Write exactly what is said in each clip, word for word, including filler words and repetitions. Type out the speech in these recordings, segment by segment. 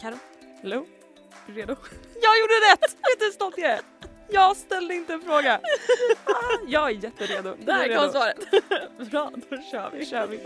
Karo, Hello? är du redo? Jag gjorde rätt! Vet du hur stolt jag är? Jag ställde inte en fråga. Ah, jag är jätteredo. Där kom svaret. Bra, då kör vi. Nu kör vi.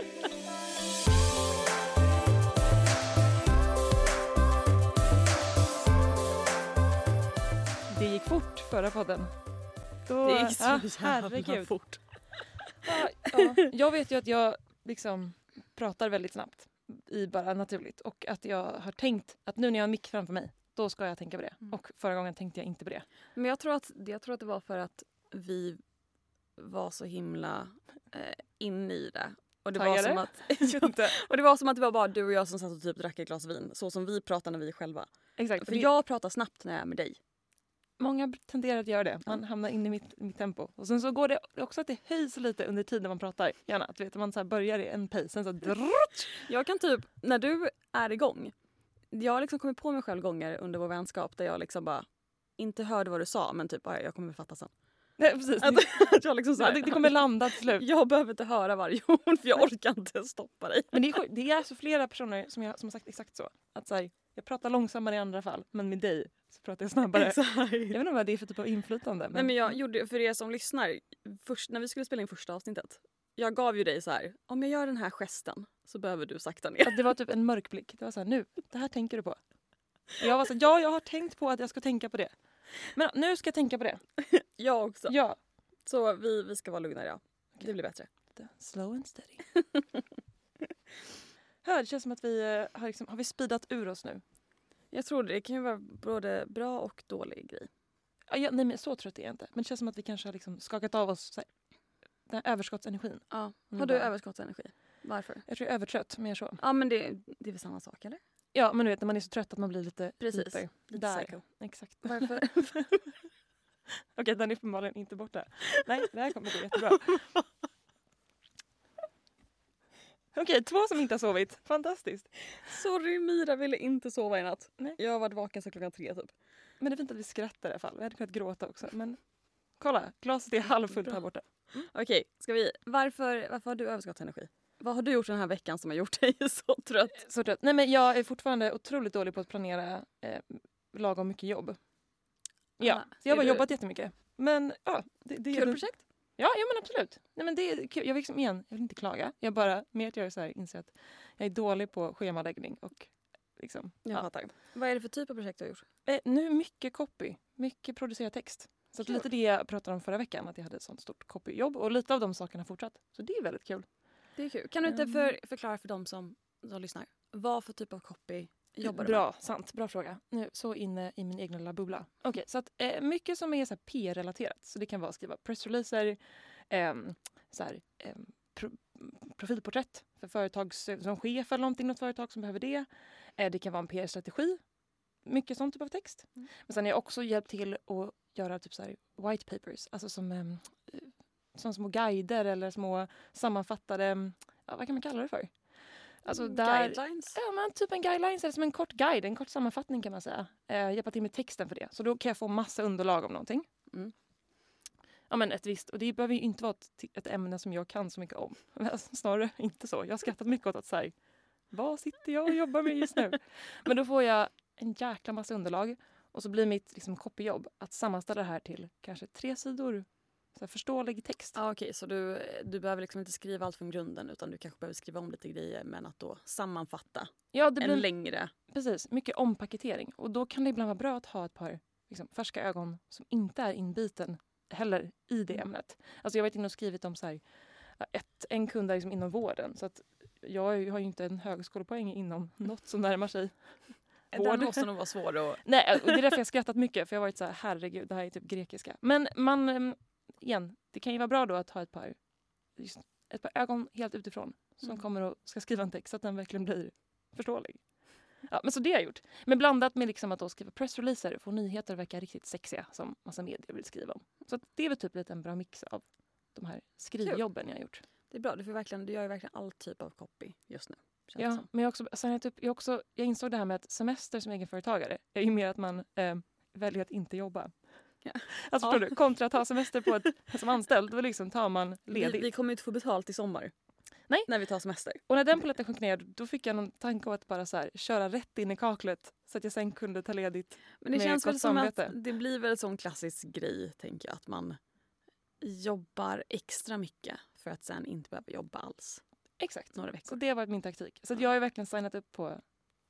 Det gick fort förra podden. Då, Det gick så ah, jävla herregud. fort. Ja, ja. Jag vet ju att jag liksom pratar väldigt snabbt i bara naturligt. Och att jag har tänkt att nu när jag har en mick framför mig, då ska jag tänka på det. Mm. Och förra gången tänkte jag inte på det. Men jag tror att, jag tror att det var för att vi var så himla eh, inne i det. Och det, var Taggade? som att, och det var som att det var bara du och jag som satt och typ drack ett glas vin. Så som vi pratar när vi är själva. Exakt. För jag pratar snabbt när jag är med dig. Många tenderar att göra det. Man hamnar in i mitt, mitt tempo. Och sen så går det också att det höjs lite under tiden man pratar. Gärna. Att vet, man så här börjar i en pace. Sen så drrrt. Jag kan typ, när du är igång. Jag har liksom kommit på mig själv gånger under vår vänskap där jag liksom bara inte hörde vad du sa. Men typ, jag kommer fatta sen. Nej, precis. Att, att jag liksom så här, det, det kommer landa till slut. Jag behöver inte höra varje ord för jag orkar inte stoppa dig. Men det är, sjukt. Det är så flera personer som, jag, som har sagt exakt så. Att så här, jag pratar långsammare i andra fall. Men med dig så pratar jag snabbare. Exakt. Jag vet inte vad det är för typ av inflytande. Men... Nej, men jag gjorde, för er som lyssnar, först, när vi skulle spela in första avsnittet. Jag gav ju dig så här, om jag gör den här gesten så behöver du sakta ner. Att det var typ en mörk blick. Det var så här, nu, det här tänker du på. Och jag var så här, ja, jag har tänkt på att jag ska tänka på det. Men nu ska jag tänka på det. Jag också. Ja. Så vi, vi ska vara lugna, ja. Det blir bättre. Slow and steady. Hör, det känns som att vi har, liksom, har vi speedat ur oss nu. Jag tror det, det kan ju vara både bra och dålig grej. Ja, jag, nej, men så trött är jag inte. Men det känns som att vi kanske har liksom skakat av oss så här, den här överskottsenergin. Ja. Mm, Har du bara- överskottsenergi? Varför? Jag tror jag är övertrött, mer så. Ja, men det, det är väl samma sak, eller? Ja, men du vet när man är så trött att man blir lite Precis. hyper. Lite Där. psycho. Exakt. Varför? Okej, den är uppenbarligen inte borta. Nej, det här kommer gå jättebra. Okej, två som inte har sovit. Fantastiskt. Sorry, Mira ville inte sova i natt. Nej. Jag har varit vaken så klockan tre typ. Men det är fint att vi skrattar i alla fall. Vi hade kunnat gråta också. Men kolla, glaset är halvfullt Bra. här borta. Okej, ska vi... Varför, varför har du överskottsenergi? Vad har du gjort den här veckan som har gjort dig så trött? Så trött. Nej, men jag är fortfarande otroligt dålig på att planera eh, lagom mycket jobb. Ja, Ah, så jag har är bara du- jobbat jättemycket. Men ja, det, det är Kul det- projekt? Ja, ja, men absolut. Nej, men det är kul. Jag vill liksom igen, jag vill inte klaga. Jag bara, mer att jag är så här, inser att jag är dålig på schemaläggning och liksom. Jag Ja. fattar. Vad är det för typ av projekt du har gjort? Eh, nu mycket copy, mycket producera text. Så att Kul. lite det jag pratade om förra veckan, att jag hade ett sånt stort copyjobb. Och lite av de sakerna har fortsatt. Så det är väldigt kul. Det är kul. Kan du inte Mm. för, förklara för dem som, som lyssnar? Vad för typ av copy jobbar du Bra, sant. Bra fråga. Nu så inne i min egna lilla bubbla. Okej, så att eh, mycket som är så här P R-relaterat. Så det kan vara att skriva pressreleaser, ehm, så här, ehm, pro, profilporträtt för företag som chef eller någonting, något företag som behöver det. Eh, det kan vara en P R-strategi. Mycket sån typ av text. Mm. Men sen har jag också hjälpt till att göra typ så här white papers. Alltså som, ehm, eh, som små guider eller små sammanfattade, ja, vad kan man kalla det för? Alltså där, Guidelines? ja, men typ en guidelines eller som en kort guide, en kort sammanfattning kan man säga. Eh, hjälpa till med texten för det. Så då kan jag få massa underlag om någonting. Mm. Ja, men ett visst. Och det behöver ju inte vara ett, ett ämne som jag kan så mycket om. Alltså, snarare inte så. Jag har skrattat mycket åt att säga, vad sitter jag och jobbar med just nu? Men då får jag en jäkla massa underlag. Och så blir mitt liksom, copyjobb att sammanställa det här till kanske tre sidor. Så här, förståelig text. Ja, okej, så du, du behöver liksom inte skriva allt från grunden utan du kanske behöver skriva om lite grejer men att då sammanfatta Ja, det blir en längre. precis, mycket ompaketering. Och då kan det ibland vara bra att ha ett par liksom, färska ögon som inte är inbiten heller i det Mm. ämnet. Alltså jag vet inte och skrivit om så här, ett, en kund är liksom inom vården. Så att jag har ju inte en högskolepoäng inom något som närmar sig vård. Den måste nog vara svår att... Nej, och det är därför jag har skrattat mycket. För jag har varit så här, herregud, det här är typ grekiska. Men man, äm, igen, det kan ju vara bra då att ha ett par, just, ett par ögon helt utifrån. Som Mm. kommer och ska skriva en text så att den verkligen blir förståelig. Ja, men så det har jag gjort. Men blandat med liksom att då skriva pressreleaser och få nyheter och verka riktigt sexiga som massa medier vill skriva om. Så att det är väl typ lite en bra mix av de här skrivjobben jag har gjort. Det är bra, du, får verkligen, du gör ju verkligen all typ av copy just nu. känns det Ja, som. men jag, också, sen jag, typ, jag, också, jag insåg det här med att semester som egenföretagare är ju mer att man eh, väljer att inte jobba. Ja. Alltså Ja. förstår du, kontra att ha semester på ett, som anställd, då liksom tar man Vi, ledigt. vi kommer inte få betalt i sommar. Nej. När vi tar semester. Och när den paletten sjönk ner, då fick jag någon tanke om att bara så här, köra rätt in i kaklet så att jag sen kunde ta ledigt. Men det med känns väl gott som samvete. att det blir väl en sån klassisk grej, tänker jag, att man jobbar extra mycket för att sen inte behöva jobba alls Exakt. några veckor. Så det har varit min taktik. Så att jag har ju verkligen signat upp på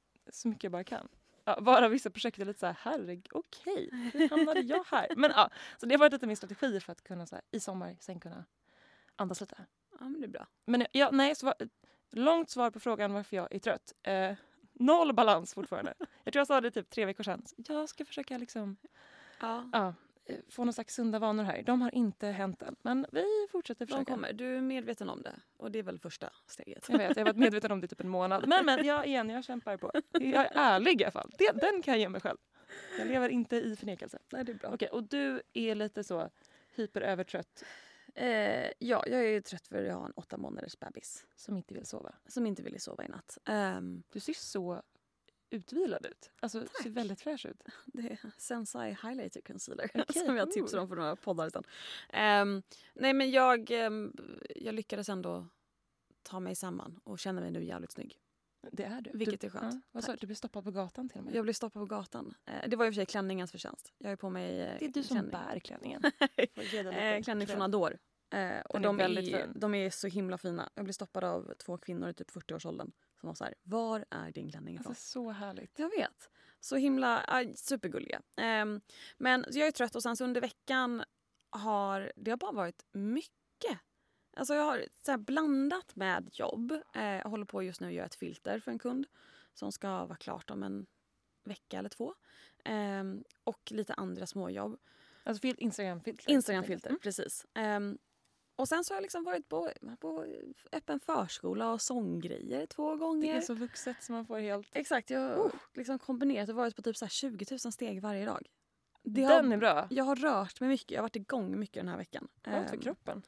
så mycket jag bara kan. Ja, bara vissa projekt är lite så här, herregud, okej, hur hamnade jag här? Men ja, så det har varit lite min strategi för att kunna så här, i sommar sen kunna andas lite. Ja, men det är bra. Men ja, nej, så var, långt svar på frågan varför jag är trött. Eh, noll balans fortfarande. Jag tror jag sa det typ tre veckor sedan. Jag ska försöka liksom Ja. ja, få någon slags sunda vanor här. De har inte hänt än, men vi fortsätter försöka. De kommer. Du är medveten om det. Och det är väl första steget. Jag vet, jag har varit medveten om det typ en månad. Men, men jag, igen, jag kämpar på. Jag är ärlig i alla fall. Det, den kan jag ge mig själv. Jag lever inte i förnekelse. Nej, det är bra. Okej, och du är lite så hyperövertrött Eh, ja, jag är ju trött för att jag har en åtta månaders bebis som inte vill sova. som inte ville sova i natt. Um, Du ser så utvilad ut. Alltså, Tack. ser väldigt fräsch ut. det är Sensai Highlighter Concealer Okej, som jag tipsade om för några poddar sedan. Um, nej, men jag, um, jag lyckades ändå ta mig samman och känner mig nu jävligt snygg. Det är du. Vilket du, är skönt. Ja, vad sa du? Tack. Du blir stoppad på gatan till och med. Jag blev stoppad på gatan. Eh, det var i och för sig klänningens förtjänst. Jag har ju på mig eh, Det är du som klänning. bär klänningen. Får ge dig lite Eh, klänning från cred. Adore. Eh, och Den är de är, väldigt fin. de är så himla fina. Jag blev stoppad av två kvinnor i typ fyrtioårsåldern som var så här: var är din klänning ifrån? Alltså, så härligt. Jag vet. Så himla äh, supergulliga. Um, men så jag är trött och sen så under veckan har det har bara varit mycket. Alltså jag har så här blandat med jobb. Eh, jag håller på just nu att göra ett filter för en kund som ska vara klart om en vecka eller två. Um, och lite andra småjobb. Alltså fil- Instagram-filter. Instagram-filter, precis. Um, och sen så har jag liksom varit på, på öppen förskola och sånggrejer två gånger. Det är så vuxet som man får helt... Exakt, jag har liksom kombinerat och varit på typ så här tjugo tusen steg varje dag. Det Den har, är bra. Jag har rört mig mycket, jag har varit igång mycket den här veckan. Skönt för Ehm, kroppen.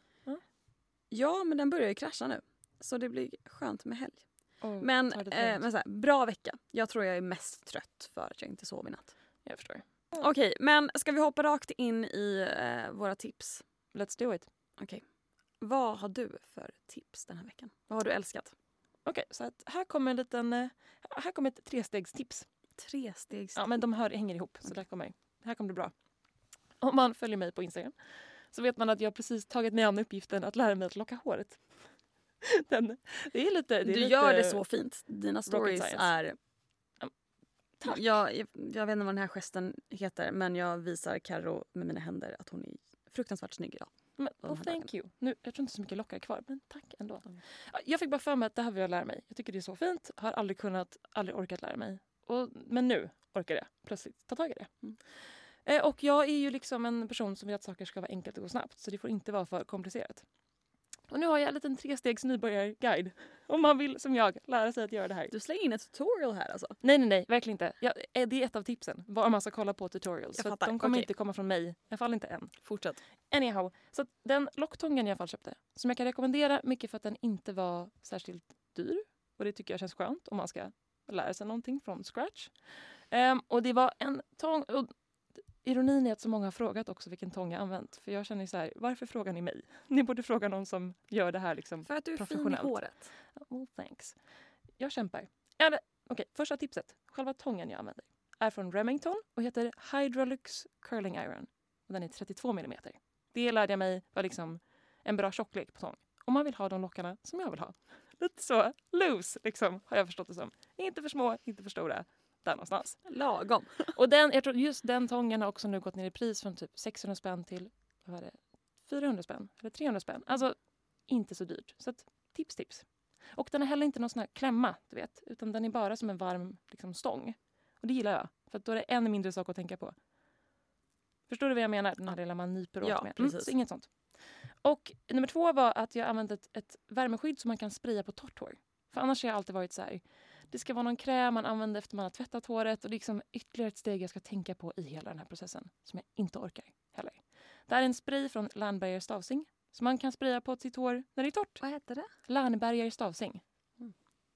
Ja, men den börjar ju krascha nu. Så det blir skönt med helg. Och Men, ta det eh, lugnt. men så här, bra vecka. Jag tror jag är mest trött för att jag inte sov i natt. Jag förstår. Okej, men ska vi hoppa rakt in i eh, våra tips? Let's do it. Okej. Vad har du för tips den här veckan? Vad har du älskat? Okej, så att här kommer en liten... eh, Här kommer ett trestegstips. Trestegs... Ja, men de hör, hänger ihop. Så där kommer, här kommer det bra. Om man följer mig på Instagram så vet man att jag precis tagit mig an uppgiften att lära mig att locka håret. Den, det är lite... Det är Du lite, gör det så fint. Dina stories science. är... Tack. Jag, jag, jag vet inte vad den här gesten heter, men jag visar Karo med mina händer att hon är fruktansvärt snygg idag. Men, de well, här thank you. Nu, jag tror inte så mycket lockar kvar, men tack ändå. Mm. Ja, jag fick bara för mig att det här vill jag lära mig. Jag tycker det är så fint. Har aldrig kunnat, aldrig orkat lära mig. Och, men nu orkar jag plötsligt ta tag i det. Mm. Eh, och jag är ju liksom en person som vill att saker ska vara enkelt och gå snabbt. Så det får inte vara för komplicerat. Och nu har jag en liten trestegs nybörjarguide. Om man vill, som jag, lära sig att göra det här. Du slänger in ett tutorial här alltså. Nej, nej, nej. Verkligen inte. Jag, eh, det är ett av tipsen. Var man ska kolla på tutorials. Jag Så att fattar. de kommer Okej. inte komma från mig. I alla fall inte än. Fortsätt. Anyhow, så att den locktången jag i alla fall köpte, som jag kan rekommendera mycket för att den inte var särskilt dyr. Och det tycker jag känns skönt om man ska lära sig någonting från scratch. Um, och det var en tång... Och ironin är att så många har frågat också vilken tång jag använt. För jag känner så här, varför frågar ni mig? Ni borde fråga någon som gör det här liksom För att du är fin i professionellt. håret. Oh, thanks. Jag kämpar. Eller, okej, första tipset. Själva tången jag använder är från Remington och heter Hydrolux Curling Iron. Och den är trettiotvå millimeter. Det lärde jag mig var liksom en bra tjocklek på tång. Om man vill ha de lockarna som jag vill ha. Lite så loose, liksom, har jag förstått det som. Inte för små, inte för stora. Där någonstans. Lagom. Och den, jag tror just den tången har också nu gått ner i pris från typ sexhundra spänn till vad var det, fyrahundra spänn eller trehundra spänn. Alltså inte så dyrt. Så att, tips, tips. Och den är heller inte någon sån här klämma, du vet. Utan den är bara som en varm liksom, stång. Och det gillar jag. För att då är det en mindre sak att tänka på. Förstår du vad jag menar? Den här lilla man nyper åt Ja, med. precis. Mm, så inget sånt. Och nummer två var att jag använde ett, ett värmeskydd som man kan spraya på torrt hår. För annars har jag alltid varit så här. Det ska vara någon kräm man använder efter man har tvättat håret. Och det är liksom ytterligare ett steg jag ska tänka på i hela den här processen. Som jag inte orkar heller. Det här är en spray från Landberger Stavsing. Som man kan spraya på sitt hår när det är torrt. Vad heter det? Landberger Stavsing. Mm.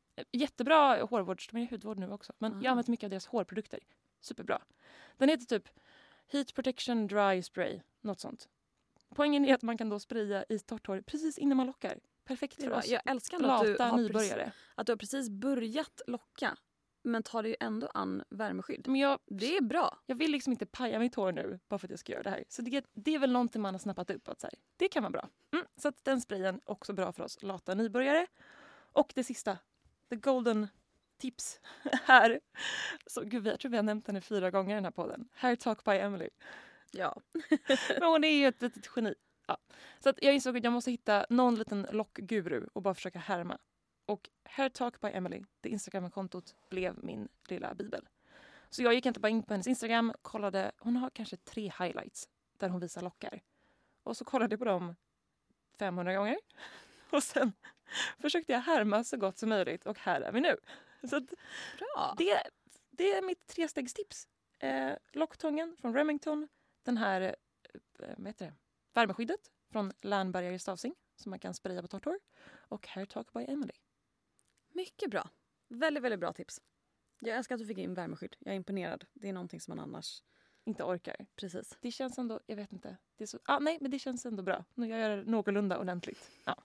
Jättebra hårvård. De är hudvård nu också. Men Aha. jag har använt mycket av deras hårprodukter. Superbra. Den heter typ Heat Protection Dry Spray. Något sånt. Poängen är att man kan då spraya i torrt hår precis innan man lockar. Perfekt Det för är bra. oss Jag älskar ändå att du, lata har nybörjare. precis, att du har precis börjat locka men tar dig ändå an värmeskydd. Men jag, Det är bra. jag vill liksom inte paja mitt hår nu bara för att jag ska göra det här. Så det, det är väl någonting man har snappat upp. Att så här, det kan vara bra. Mm, så att den sprayen är också bra för oss lata nybörjare. Och det sista, the golden tips här. Så gud, jag tror vi har nämnt henne fyra gånger i den här podden. Hair Talk by Emily. Ja. Men hon är ju ett litet geni. Ja. Så att jag insåg att jag måste hitta någon liten lockguru och bara försöka härma. Och Hair Talk by Emily, det Instagram-kontot, blev min lilla bibel. Så jag gick inte bara in på hennes Instagram, kollade, hon har kanske tre highlights där hon visar lockar. Och så kollade jag på dem femhundra gånger. Och sen försökte jag härma så gott som möjligt och här är vi nu. Så att Bra. det, det är mitt trestegstips. Eh, locktången från Remington, den här eh, vad heter det? Värmeskyddet från Lernbergare Stavsing som man kan spraya på torrt hår. Och Hair Talk by Emily. Mycket bra. Väldigt, väldigt bra tips. Jag älskar att du fick in värmeskydd. Jag är imponerad. Det är någonting som man annars... Inte orkar. Precis. Det känns ändå, jag vet inte. Det är så, ah, nej, men det känns ändå bra. Nu gör jag det någorlunda ordentligt. Ja.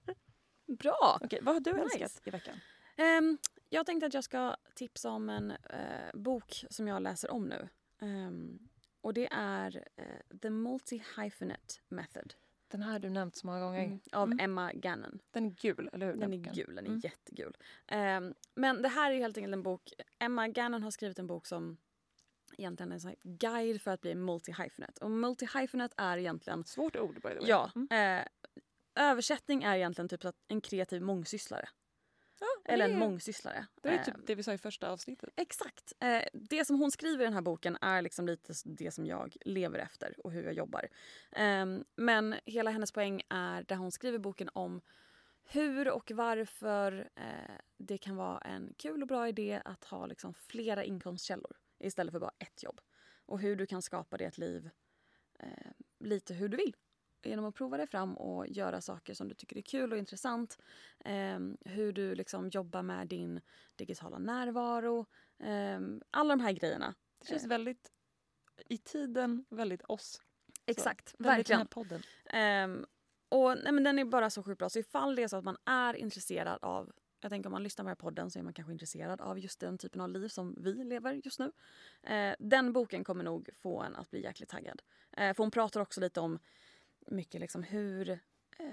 Bra. Okej, vad har du Nice. älskat i veckan? Um, jag tänkte att jag ska tipsa om en uh, bok som jag läser om nu. Um, och det är uh, The Multi-Hyphenate Method. Den här har du nämnt så många gånger. Mm. Av Mm. Emma Gannon. Den är gul, eller hur? Den är boken? gul, den är Mm. jättegul. Um, men det här är helt enkelt en bok. Emma Gannon har skrivit en bok som egentligen är en sån här guide för att bli multi-hyphenate. Och multi-hyphenate är egentligen... Svårt ord, by the way. Ja. Mm. Eh, översättning är egentligen typ så att en kreativ mångsysslare. Ja, Eller det en är- mångsysslare. Det är Eh, typ det vi sa i första avsnittet. Exakt. Eh, det som hon skriver i den här boken är liksom lite det som jag lever efter och hur jag jobbar. Eh, men hela hennes poäng är där hon skriver boken om hur och varför eh, det kan vara en kul och bra idé att ha liksom flera inkomstkällor istället för bara ett jobb. Och hur du kan skapa dig ett liv eh, lite hur du vill. Genom att prova dig fram och göra saker som du tycker är kul och intressant. Eh, hur du liksom jobbar med din digitala närvaro. Eh, alla de här grejerna. Det känns Eh. väldigt i tiden, väldigt oss. Exakt, Väldigt den verkligen. här podden. Ehm, och nej, men den är bara så sjukt bra. Så ifall det är så att man är intresserad av, jag tänker om man lyssnar på den här podden så är man kanske intresserad av just den typen av liv som vi lever just nu. Eh, den boken kommer nog få en att bli jäkligt taggad. Eh, för hon pratar också lite om mycket liksom hur eh,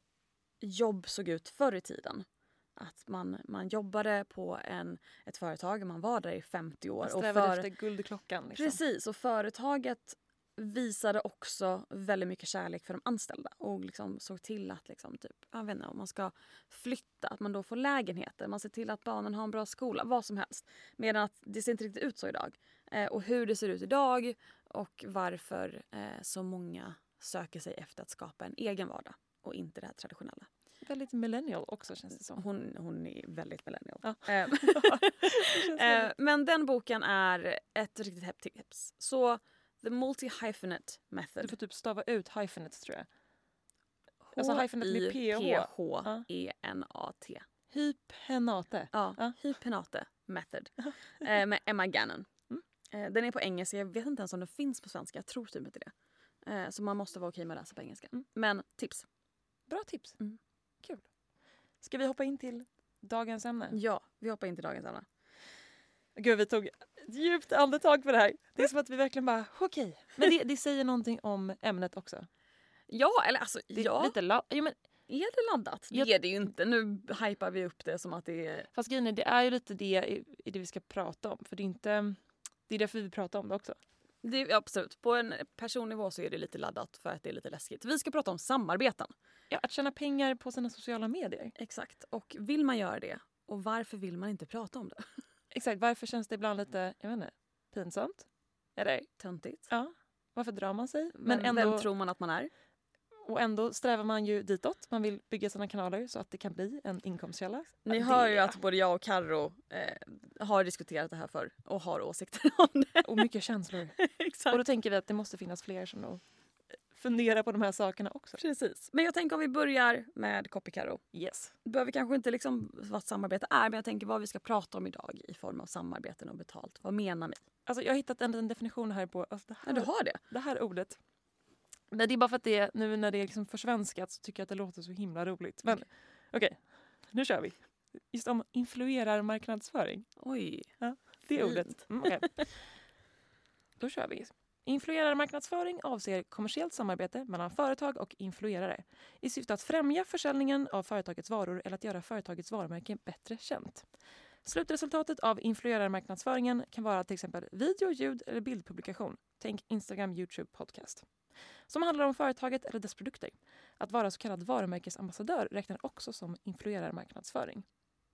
jobb såg ut förr i tiden. Att man, man jobbade på en, ett företag, man var där i femtio år. Man och strävade för, efter guldklockan. Liksom. Precis, och företaget visade också väldigt mycket kärlek för de anställda och liksom såg till att liksom typ, jag vet inte, om man ska flytta, att man då får lägenheter, man ser till att barnen har en bra skola, vad som helst. Medan att det ser inte riktigt ut så idag. Eh, och hur det ser ut idag och varför eh, så många söker sig efter att skapa en egen vardag och inte det här traditionella. Väldigt millennial också känns det som. Hon, hon är väldigt millennial. Ja. Eh, Det känns eh, väldigt- men den boken är ett riktigt hett tips. Så The Multi-Hyphenate Method. Du får typ stava ut hyphenates tror jag. Alltså hyphenate med P och H. H H E N A T. Hyphenate. Ja, Ja. Hyphenate Method. eh, med Emma Gannon. Mm. Eh, den är på engelska. Jag vet inte ens om den finns på svenska. Jag tror typ inte det. Eh, så man måste vara okej med att läsa på engelska. Mm. Men tips. Bra tips. Mm. Kul. Ska vi hoppa in till dagens ämne? Ja, vi hoppar in till dagens ämne. Gud, vi tog ett djupt andetag på det här. Det är som att vi verkligen bara, okej. Men det, det säger någonting om ämnet också. Ja, eller alltså, Det är ja. lite la- jo, men, Är det laddat? Det Jag- är det ju inte. Nu hypar vi upp det som att det är... fast grejen är, det är ju lite det i, i det vi ska prata om. För det är inte, det är därför vi pratar om det också. det är absolut. På en personnivå så är det lite laddat för att det är lite läskigt. Vi ska prata om samarbeten. Ja, att tjäna pengar på sina sociala medier. Exakt. Och vill man göra det? Och varför vill man inte prata om det? Exakt, varför känns det ibland lite, jag vet inte, pinsamt? Eller, Töntigt. ja, varför drar man sig? Men Men ändå, vem tror man att man är? och ändå strävar man ju ditåt. Man vill bygga sina kanaler så att det kan bli en inkomstkälla. Ni Ja, hör det- ju att både jag och Karo eh, har diskuterat det här förr och har åsikter om det. Och mycket känslor. Exakt. Och då tänker vi att det måste finnas fler som då funderar på de här sakerna också. Precis. Men jag tänker om vi börjar med Copy Karo. Yes. Det behöver kanske inte liksom vad samarbete är, men jag tänker vad vi ska prata om idag i form av samarbeten och betalt. Vad menar ni? Alltså jag har hittat en, en definition här på alltså det, Ja, du här, har det. det här ordet. Men det är bara för att det, nu när det är liksom försvenskat så tycker jag att det låter så himla roligt. Men okej, okay, nu kör vi. Just om influerar marknadsföring. Oj, ja, det är ordet. Mm, okay. Då kör vi. Influerar marknadsföring avser kommersiellt samarbete mellan företag och influerare i syfte att främja försäljningen av företagets varor eller att göra företagets varumärke bättre känt. Slutresultatet av influerarmarknadsföringen kan vara till exempel video, ljud eller bildpublikation. Tänk Instagram, YouTube, podcast. Som handlar om företaget eller dess produkter. Att vara så kallad varumärkesambassadör räknar också som influerarmarknadsföring.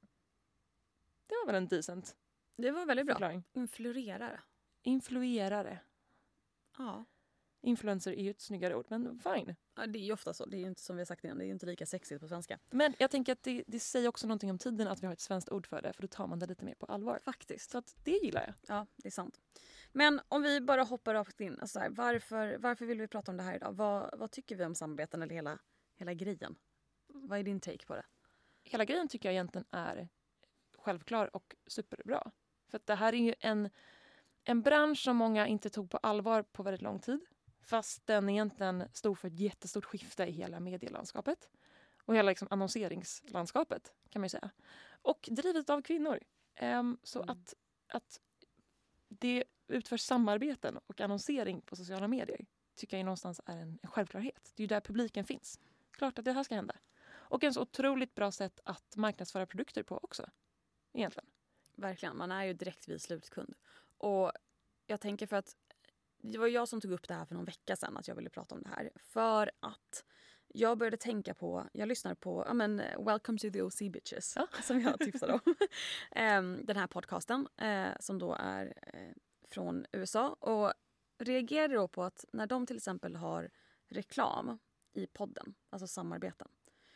Det var väl en decent det var väldigt förklaring. Bra. Influerare. Influerare. Ja. Influencer är ju ett snyggare ord, men fine. Ja, det är ju ofta så. Det är ju inte som vi har sagt innan, det är ju inte lika sexigt på svenska. Men jag tänker att det, det säger också någonting om tiden att vi har ett svenskt ord för det. För då tar man det lite mer på allvar. Faktiskt. Så att det gillar jag. Ja, det är sant. Men om vi bara hoppar rakt in. Alltså här, varför, varför vill vi prata om det här idag? Vad, vad tycker vi om samarbeten eller hela, hela grejen? Vad är din take på det? Hela grejen tycker jag egentligen är självklar och superbra. För att det här är ju en, en bransch som många inte tog på allvar på väldigt lång tid. Fast den egentligen stod för ett jättestort skifte i hela medielandskapet. Och hela liksom annonseringslandskapet kan man ju säga. Och drivet av kvinnor. Um, så Mm. att, att det utförs samarbeten och annonsering på sociala medier tycker jag någonstans är en, en självklarhet. Det är ju där publiken finns. Klart att det här ska hända. Och en så otroligt bra sätt att marknadsföra produkter på också. Egentligen. Verkligen, man är ju direkt vid slutkund. Och jag tänker för att det var jag som tog upp det här för någon vecka sedan att jag ville prata om det här. För att jag började tänka på, jag lyssnar på ja, men, Welcome to the O C Bitches ja. som jag tipsade om. um, den här podcasten uh, som då är uh, från U S A. Och reagerade då på att när de till exempel har reklam i podden, alltså samarbeten.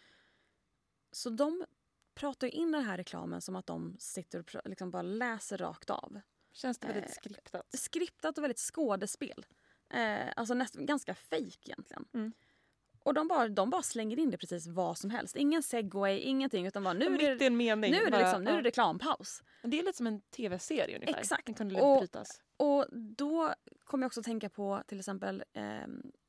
Så de pratar ju in den här reklamen som att de sitter och pr- liksom bara läser rakt av. Känns det väldigt Eh, skriptat? Skriptat och väldigt skådespel. Eh, alltså nästan ganska fake egentligen. Mm. Och de bara, de bara slänger in det precis vad som helst. Ingen segway, ingenting. Utan bara, nu, är Mitt det, i en mening. nu, är det bara, liksom, nu är det ja. reklampaus. Det är lite som en tv-serie ungefär. Exakt. Den kunde Och- brytas. Och då kommer jag också att tänka på till exempel eh,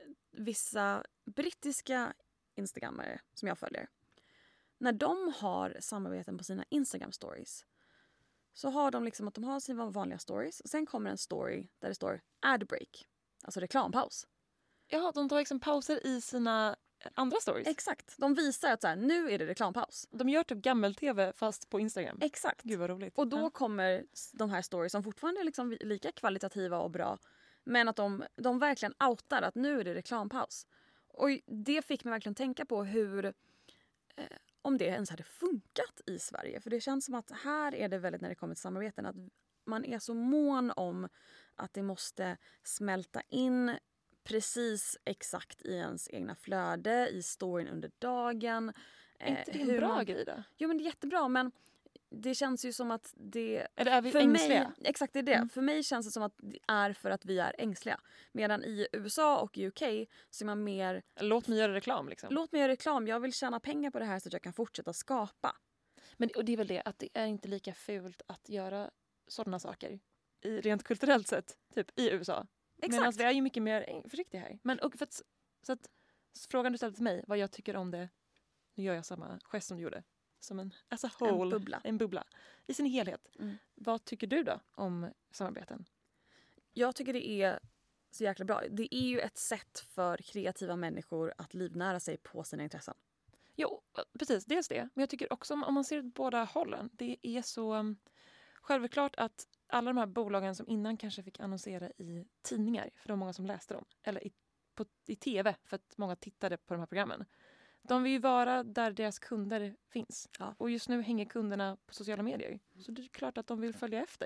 vissa brittiska instagrammare som jag följer. När de har samarbeten på sina Instagram stories så har de liksom att de har sina vanliga stories. Och sen kommer en story där det står ad break, alltså reklampaus. Ja, de tar liksom pauser i sina andra stories. Exakt. De visar att så här, nu är det reklampaus. De gör typ gammel-tv fast på Instagram. Exakt. Gud vad roligt. Och då Ja. kommer de här stories som fortfarande är liksom lika kvalitativa och bra. Men att de, de verkligen outar att nu är det reklampaus. Och det fick mig verkligen tänka på hur, eh, om det ens hade funkat i Sverige. För det känns som att här är det väldigt när det kommer till samarbeten att man är så mån om att det måste smälta in precis exakt i ens egna flöde, i storyn under dagen. Är inte det en hur bra man- grej då? Jo men det är jättebra men det känns ju som att det... Eller är vi För ängsliga? mig, exakt det är det. Mm. För mig känns det som att det är för att vi är ängsliga. Medan i U S A och U K så är man mer, Låt mig göra reklam liksom. låt mig göra reklam, jag vill tjäna pengar på det här så att jag kan fortsätta skapa. Men och det är väl det att det är inte lika fult att göra sådana saker. I, rent kulturellt sett. Typ i U S A. Medan Exakt. vi är ju mycket mer försiktiga här. Men och för att, så att frågan du ställde till mig, vad jag tycker om det. Nu gör jag samma gest som du gjorde. Som en, as a whole, En bubbla. en bubbla. I sin helhet. Mm. Vad tycker du då om samarbeten? Jag tycker det är så jäkla bra. Det är ju ett sätt för kreativa människor att livnära sig på sina intressen. Jo, precis. Dels det. Men jag tycker också om, om man ser det båda hållen. Det är så um, självklart att alla de här bolagen som innan kanske fick annonsera i tidningar. För det var många som läste dem. Eller i, på, i tv för att många tittade på de här programmen. De vill ju vara där deras kunder finns. Ja. Och just nu hänger kunderna på sociala medier. Så det är klart att de vill följa efter.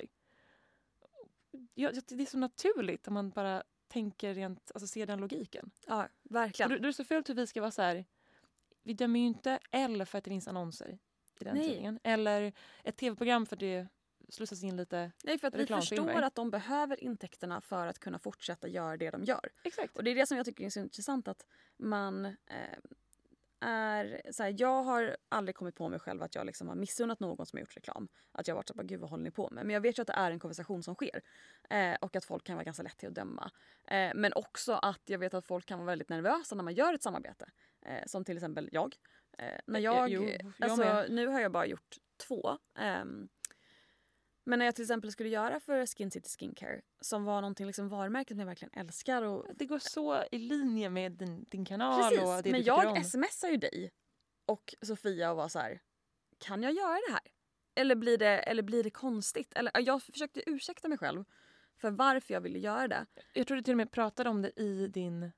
Ja, det är så naturligt om man bara tänker rent, alltså ser den logiken. Ja, Och verkligen. det, det är så fult hur vi ska vara så här. Vi dömer ju inte L för att det finns annonser i den Nej. tidningen. Eller ett tv-program för att det slussas in lite. Nej, för att vi reklamfilmer. förstår att de behöver intäkterna för att kunna fortsätta göra det de gör. Exakt. Och det är det som jag tycker är så intressant att man... Eh, är så här, jag har aldrig kommit på mig själv att jag liksom har missunnat någon som har gjort reklam. Att jag har varit så här, gud vad håller ni på med? Men jag vet ju att det är en konversation som sker. Eh, och att folk kan vara ganska lätt till att döma. Eh, men också att jag vet att folk kan vara väldigt nervösa när man gör ett samarbete. Eh, som till exempel jag. Eh, när jag, Jo, jag alltså, med. nu har jag bara gjort två. Ehm, men när jag till exempel skulle göra för Skin City Skincare, som var någonting liksom varumärket som jag verkligen älskar. Och, Det går så i linje med din, din kanal precis, och det men du tycker jag om. smsar ju dig och Sofia och var så här: kan jag göra det här? Eller blir det, eller blir det konstigt? Eller, jag försökte ursäkta mig själv för varför jag ville göra det. Jag tror du till och med pratade om det i din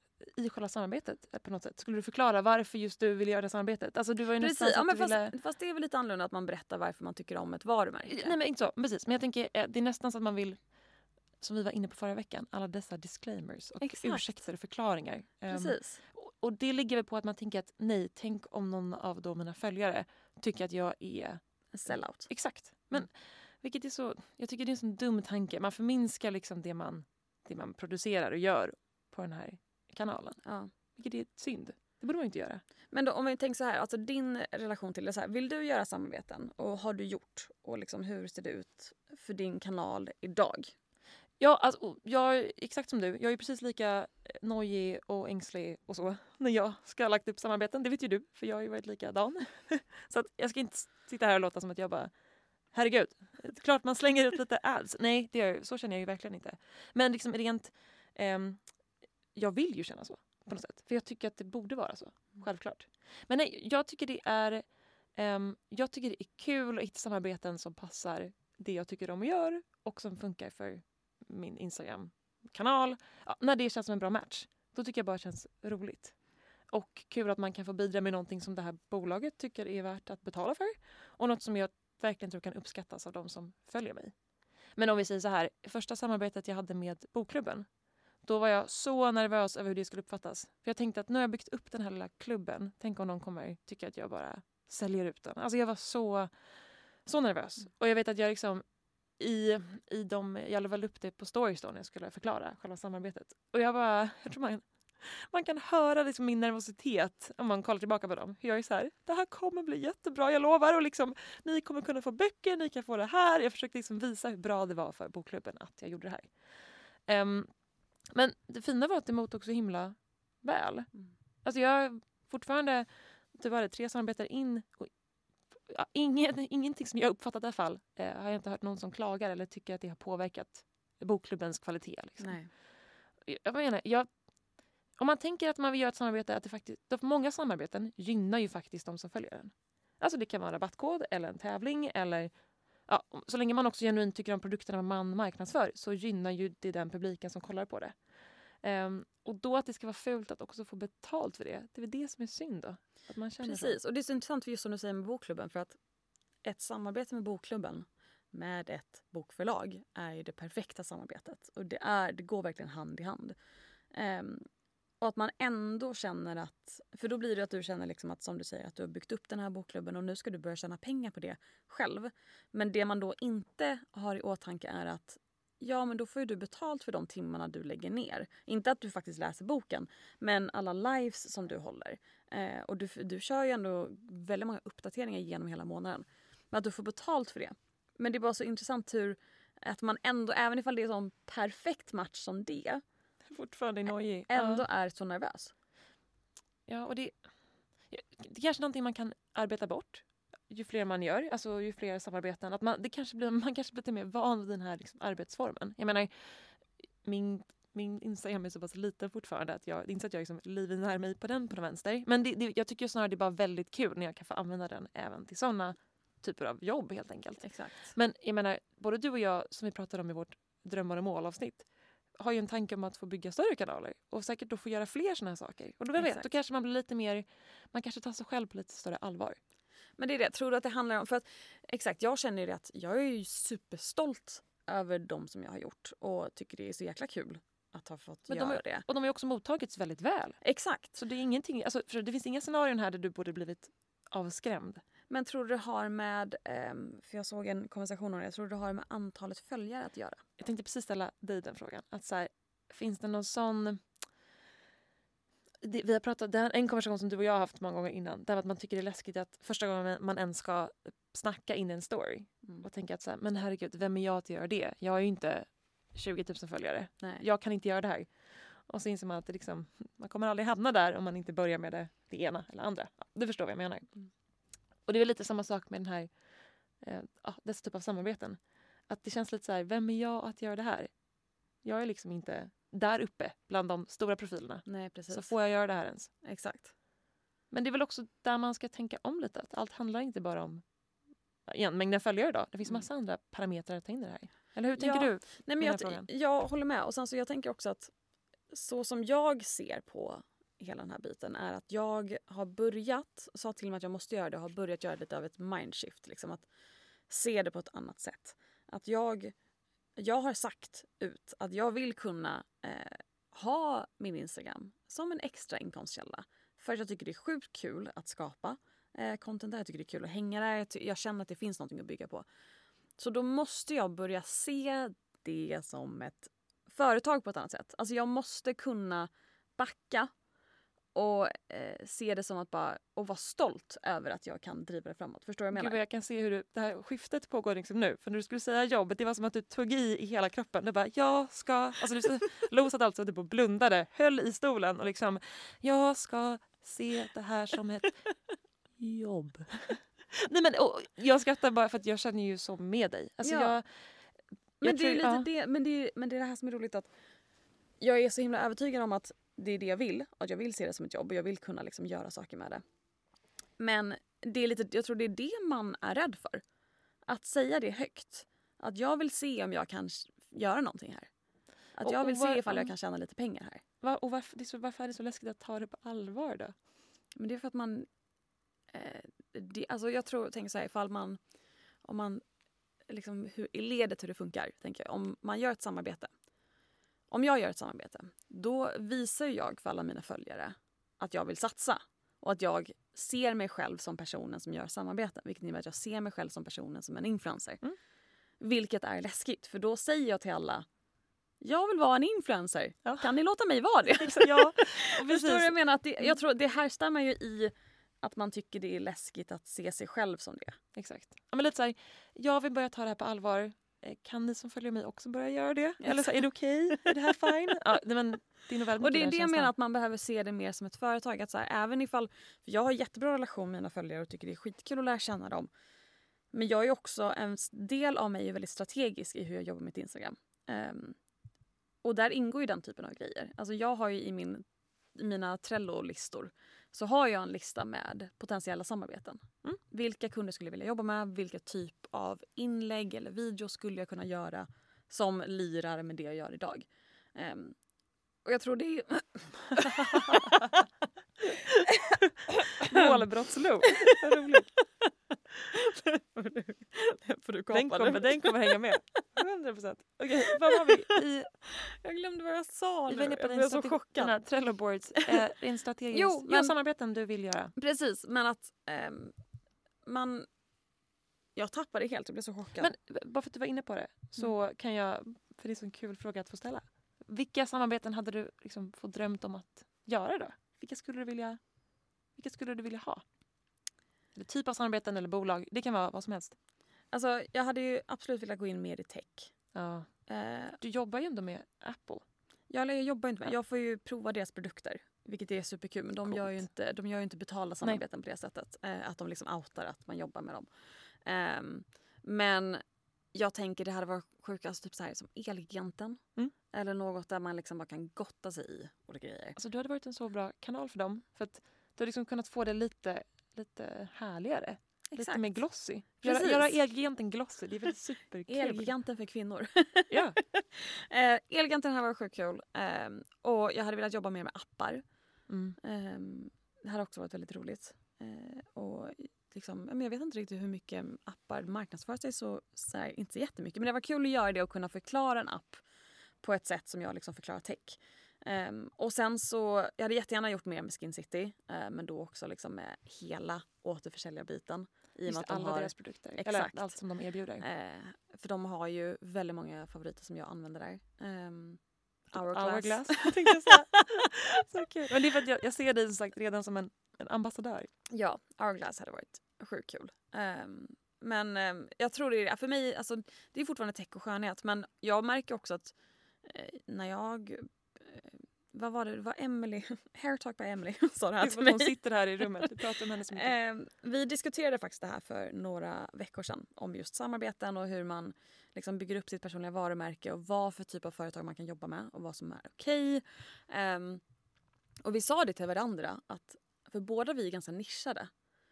i själva samarbetet på något sätt. Skulle du förklara varför just du ville göra det samarbetet? Alltså du var ju nästan Precis, så ja, att men du fast, ville... fast det är väl lite annorlunda att man berättar varför man tycker om ett varumärke. Nej men inte så, precis. Men jag tänker, eh, det är nästan så att man vill, som vi var inne på förra veckan, alla dessa disclaimers och Exakt. ursäkter och förklaringar. Ehm, Precis. och, och det ligger väl på att man tänker att nej, tänk om någon av då mina följare tycker att jag är... En sellout. Exakt. Men Mm. vilket är så, jag tycker det är en sån dum tanke. Man förminskar liksom det man, det man producerar och gör på den här kanalen. Ja. Vilket är synd. Det borde man ju inte göra. Men då, om vi tänker så här, alltså din relation till det så här, vill du göra samarbeten och har du gjort och liksom hur ser det ut för din kanal idag? Ja, alltså, jag är exakt som du. Jag är precis lika nojig och ängslig och så när jag ska ha lagt upp samarbeten. Det vet ju du, för jag har ju varit likadan. Så att jag ska inte sitta här och låta som att jag bara, herregud, klart man slänger ut lite ads. Nej, det gör, så känner jag ju verkligen inte. Men liksom rent, ehm, jag vill ju känna så på något sätt. För jag tycker att det borde vara så, självklart. Men nej, jag tycker det är, ehm, jag tycker det är kul att hitta samarbeten som passar det jag tycker om att göra och som funkar för min Instagram-kanal. Ja, när det känns som en bra match, då tycker jag bara det känns roligt. Och kul att man kan få bidra med någonting som det här bolaget tycker är värt att betala för. Och något som jag verkligen tror kan uppskattas av de som följer mig. Men om vi säger så här, första samarbetet jag hade med bokklubben, då var jag så nervös över hur det skulle uppfattas. För jag tänkte att nu har jag byggt upp den här lilla klubben. Tänk om någon kommer tycka att jag bara säljer ut den. Alltså jag var så, så nervös. Och jag vet att jag liksom i, i de, jag la väl upp det på stories då när jag skulle förklara själva samarbetet. Och jag bara, jag tror man, man kan höra liksom min nervositet om man kollar tillbaka på dem. Jag är så här, det här kommer bli jättebra, jag lovar. Och liksom, ni kommer kunna få böcker, ni kan få det här. Jag försökte liksom visa hur bra det var för bokklubben att jag gjorde det här. Um, men det fina var att det mottog så himla väl. Mm. Alltså jag fortfarande, det var det tre samarbeten in och ja, ingen, ingenting som jag uppfattat i alla fall eh, har jag inte hört någon som klagar eller tycker att det har påverkat bokklubbens kvalitet. Liksom. Nej. Jag menar, jag, om man tänker att man vill göra ett samarbete, att det faktiskt, då många samarbeten gynnar ju faktiskt de som följer den. Alltså det kan vara en rabattkod eller en tävling eller ja, så länge man också genuint tycker om produkterna man marknadsför så gynnar ju det den publiken som kollar på det. Um, och då att det ska vara fult att också få betalt för det, det är väl det som är synd då. Att man känner Precis, så. och det är så intressant för just som du säger med bokklubben, för att ett samarbete med bokklubben med ett bokförlag är ju det perfekta samarbetet. Och det, är, det går verkligen hand i hand. Um, och att man ändå känner att, för då blir det att du känner liksom att, som du säger, att du har byggt upp den här bokklubben och nu ska du börja tjäna pengar på det själv. Men det man då inte har i åtanke är att ja, men då får ju du betalt för de timmarna du lägger ner. Inte att du faktiskt läser boken, men alla lives som du håller. Eh, och du, du kör ju ändå väldigt många uppdateringar genom hela månaden. Men att du får betalt för det. Men det är bara så intressant hur att man ändå, även ifall det är en sån perfekt match som det, Fortfarande nojig. ändå Ja. är så nervös. Ja, och det, det är kanske någonting man kan arbeta bort ju fler man gör, alltså ju fler samarbeten. Att man, det kanske blir, man kanske blir lite mer van vid den här liksom, arbetsformen. Jag menar, min, min Instagram är så pass liten fortfarande att jag, det är inte så att jag liksom livnär mig på den på den vänster. Men det, det, jag tycker snarare det är bara väldigt kul när jag kan få använda den även till sådana typer av jobb helt enkelt. Exakt. Men jag menar, både du och jag som vi pratade om i vårt drömmar och målavsnitt har ju en tanke om att få bygga större kanaler och säkert då få göra fler sådana här saker. Och då, jag vet, Exakt. då kanske man blir lite mer, man kanske tar sig själv på lite större allvar. Men det är det, tror du att det handlar om, för att exakt, jag känner ju det att jag är ju superstolt över de som jag har gjort och tycker det är så jäkla kul att ha fått Men göra de är, det. Och de har ju också mottagits väldigt väl. Exakt. Så det är ingenting, alltså, för det finns inga scenarion här där du borde blivit avskrämd. Men tror du det har med, um, för jag såg en konversation om det, jag tror det har med antalet följare att göra? Jag tänkte precis ställa dig den frågan. Att så här, finns det någon sån... det, vi har pratat, det är en konversation som du och jag har haft många gånger innan. Där att man tycker det är läskigt att första gången man ens ska snacka in en story. Mm. Och tänka att så här, men herregud, vem är jag att göra det? Jag är ju inte tjugo tusen följare. Nej. Jag kan inte göra det här. Och så inser man att det liksom, man kommer aldrig hamna där om man inte börjar med det, det ena eller andra. Ja, du förstår vad jag menar. Mm. Och det är lite samma sak med den här, eh, ja, dessa typ av samarbeten. Att det känns lite så här, vem är jag att göra det här? Jag är liksom inte där uppe bland de stora profilerna. Nej, precis. Så får jag göra det här ens? Exakt. Men det är väl också där man ska tänka om lite. Att allt handlar inte bara om igen, mängden följare då. Det finns massa mm. andra parametrar att ta in i det här. Eller hur tänker ja. du? Nej, men jag, jag håller med. Och sen så jag tänker också att så som jag ser på hela den här biten är att jag har börjat, sa till mig att jag måste göra det, har börjat göra lite av ett mindshift. Liksom att se det på ett annat sätt. Att jag, jag har sagt ut att jag vill kunna eh, ha min Instagram som en extra inkomstkälla. För jag tycker det är sjukt kul att skapa eh, content där. Jag tycker det är kul att hänga där. Jag, ty- jag känner att det finns något att bygga på. Så då måste jag börja se det som ett företag på ett annat sätt. Alltså jag måste kunna backa och eh, se det som att bara och vara stolt över att jag kan driva det framåt. Förstår du vad jag menar? Gud, jag kan se hur du, det här skiftet pågår liksom nu. För när du skulle säga jobbet, det var som att du tog i i hela kroppen. Du bara, jag ska... Alltså du losade alltså typ och blundade, höll i stolen och liksom, jag ska se det här som ett jobb. Nej men och, jag skrattar bara för att jag känner ju så med dig. Alltså ja. jag... Men jag det, tror, är lite ja. det, men, det är, men det är det här som är roligt att jag är så himla övertygad om att det är det jag vill. Att jag vill se det som ett jobb och jag vill kunna liksom göra saker med det. Men det är lite, jag tror det är det man är rädd för. Att säga det högt. Att jag vill se om jag kan göra någonting här. Att och, jag vill och var, se ifall jag kan tjäna lite pengar här. Var, och varför, det är så, varför är det så läskigt att ta det på allvar då? Men det är för att man... Eh, det, alltså jag tror, tänker så här, ifall man... Om man liksom hur, i ledet hur det funkar, tänker jag. Om man gör ett samarbete. Om jag gör ett samarbete, då visar jag för alla mina följare att jag vill satsa. Och att jag ser mig själv som personen som gör samarbeten. Vilket innebär att jag ser mig själv som personen som en influencer. Mm. Vilket är läskigt. För då säger jag till alla, jag vill vara en influencer. Ja. Kan ni låta mig vara det? Ja, Förstår du vad jag menar? Att det, jag tror det här stämmer ju i att man tycker det är läskigt att se sig själv som det. Exakt. Ja, men lite så här, jag vill börja ta det här på allvar. Kan ni som följer mig också börja göra det? Eller så är det okej? Okay? Är det här fine? Ja, men det är nog väldigt och det är det det jag menar att man behöver se det mer som ett företag. Att så här, även ifall, för jag har jättebra relation med mina följare och tycker det är skitkul att lära känna dem. Men jag är också, en del av mig är väldigt strategisk i hur jag jobbar med mitt Instagram. Um, och där ingår ju den typen av grejer. Alltså jag har ju i, min, i mina Trello-listor så har jag en lista med potentiella samarbeten. Mm. Vilka kunder skulle jag vilja jobba med? Vilka typ av inlägg eller videos skulle jag kunna göra som lirar med det jag gör idag? Um, och jag tror det är... Målbrottslov. Vad roligt. Får du den, kommer, den kommer hänga med. hundra procent. Okej, vad har vi i... Jag glömde vad jag sa nu. Vi var på jag blev så chockad. Den Trello boards. Eh, en strategisk... Jo, men... Ja, samarbeten du vill göra. Precis, men att um, man... Jag tappade helt, jag blev så chockad. Men bara för att du var inne på det så mm. kan jag... För det är en sån kul fråga att få ställa. Vilka samarbeten hade du liksom fått drömt om att göra då? Vilka skulle du vilja... Vilka skulle du vilja ha? Eller typ av samarbeten eller bolag. Det kan vara vad som helst. Alltså, jag hade ju absolut velat gå in mer i tech. Ja. Eh, du jobbar ju ändå med Apple. Jag, jag jobbar inte med. Ja. Jag får ju prova deras produkter. Vilket är superkul. Men de gör ju inte, de gör ju inte betalda samarbeten Nej. På det sättet. Eh, att de liksom outar att man jobbar med dem. Eh, men jag tänker det hade varit sjukast typ så här som Elgiganten. Mm. Eller något där man liksom bara kan gotta sig i olika grejer. Alltså du hade varit en så bra kanal för dem. För att du hade liksom kunnat få det lite... lite härligare. Exakt. Lite mer glossy. Göra, göra Elgiganten glossy, det är väl superkul. Elgiganten för kvinnor. Ja. eh, Elgiganten här var sjukt kul. Eh, och jag hade velat jobba mer med appar. Mm. Eh, det hade också varit väldigt roligt. Eh, och liksom, men jag vet inte riktigt hur mycket appar marknadsför sig så, så här, inte så jättemycket. Men det var kul att göra det och kunna förklara en app på ett sätt som jag liksom förklarar tech. Um, och sen så, jag hade jättegärna gjort mer med Skin City, uh, men då också liksom med hela återförsäljarbiten. I Just med att de alla har, deras produkter, exakt, eller allt som de erbjuder. Uh, för de har ju väldigt många favoriter som jag använder där. Um, Hourglass. Hourglass tänkte jag säga. Så kul. Men det är för att jag, jag ser dig som sagt redan som en, en ambassadör. Ja, Hourglass hade varit sjukt kul. Um, men um, jag tror det är, för mig, alltså, det är fortfarande tech och skönhet. Men jag märker också att eh, när jag, eh, vad var det, det var Emily, Hair Talk by Emily sa det här till mig. Hon sitter här i rummet, vi pratar om henne så mycket. Um, vi diskuterade faktiskt det här för några veckor sedan om just samarbeten och hur man liksom bygger upp sitt personliga varumärke och vad för typ av företag man kan jobba med och vad som är okej. Okay. Um, och vi sa det till varandra att för båda vi är ganska nischade.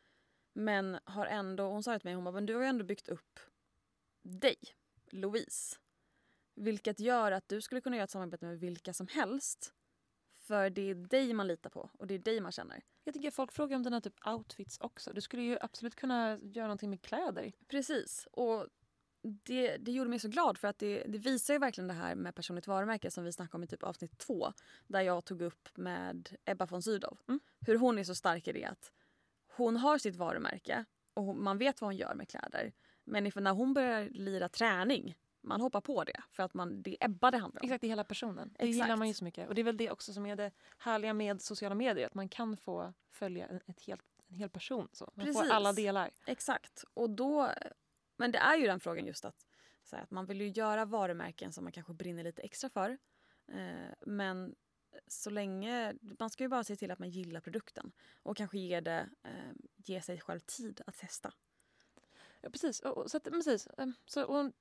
Men har ändå, hon sa det till mig, hon bara, men du har ju ändå byggt upp dig, Louise. Vilket gör att du skulle kunna göra ett samarbete med vilka som helst. För det är dig man litar på och det är dig man känner. Jag tycker folk frågar om den här typ outfits också. Du skulle ju absolut kunna göra någonting med kläder. Precis, och det, det gjorde mig så glad för att det, det visar ju verkligen det här med personligt varumärke som vi snackade om i typ avsnitt två. Där jag tog upp med Ebba von Sydow. Mm. Hur hon är så stark i det att hon har sitt varumärke och hon, man vet vad hon gör med kläder. Men ifall när hon börjar lira träning, man hoppar på det. För att man, det är Ebba det handlar om. Exakt, det är hela personen. Det Exakt. gillar man ju så mycket. Och det är väl det också som är det härliga med sociala medier. Att man kan få följa ett helt, en hel person. Så. Man Precis. får alla delar. Exakt. Och då, men det är ju den frågan just att, så här, att man vill ju göra varumärken som man kanske brinner lite extra för. Eh, men så länge, man ska ju bara se till att man gillar produkten. Och kanske ge, det, eh, ge sig själv tid att testa. Ja, precis. Och, och, så att, precis. Så, och,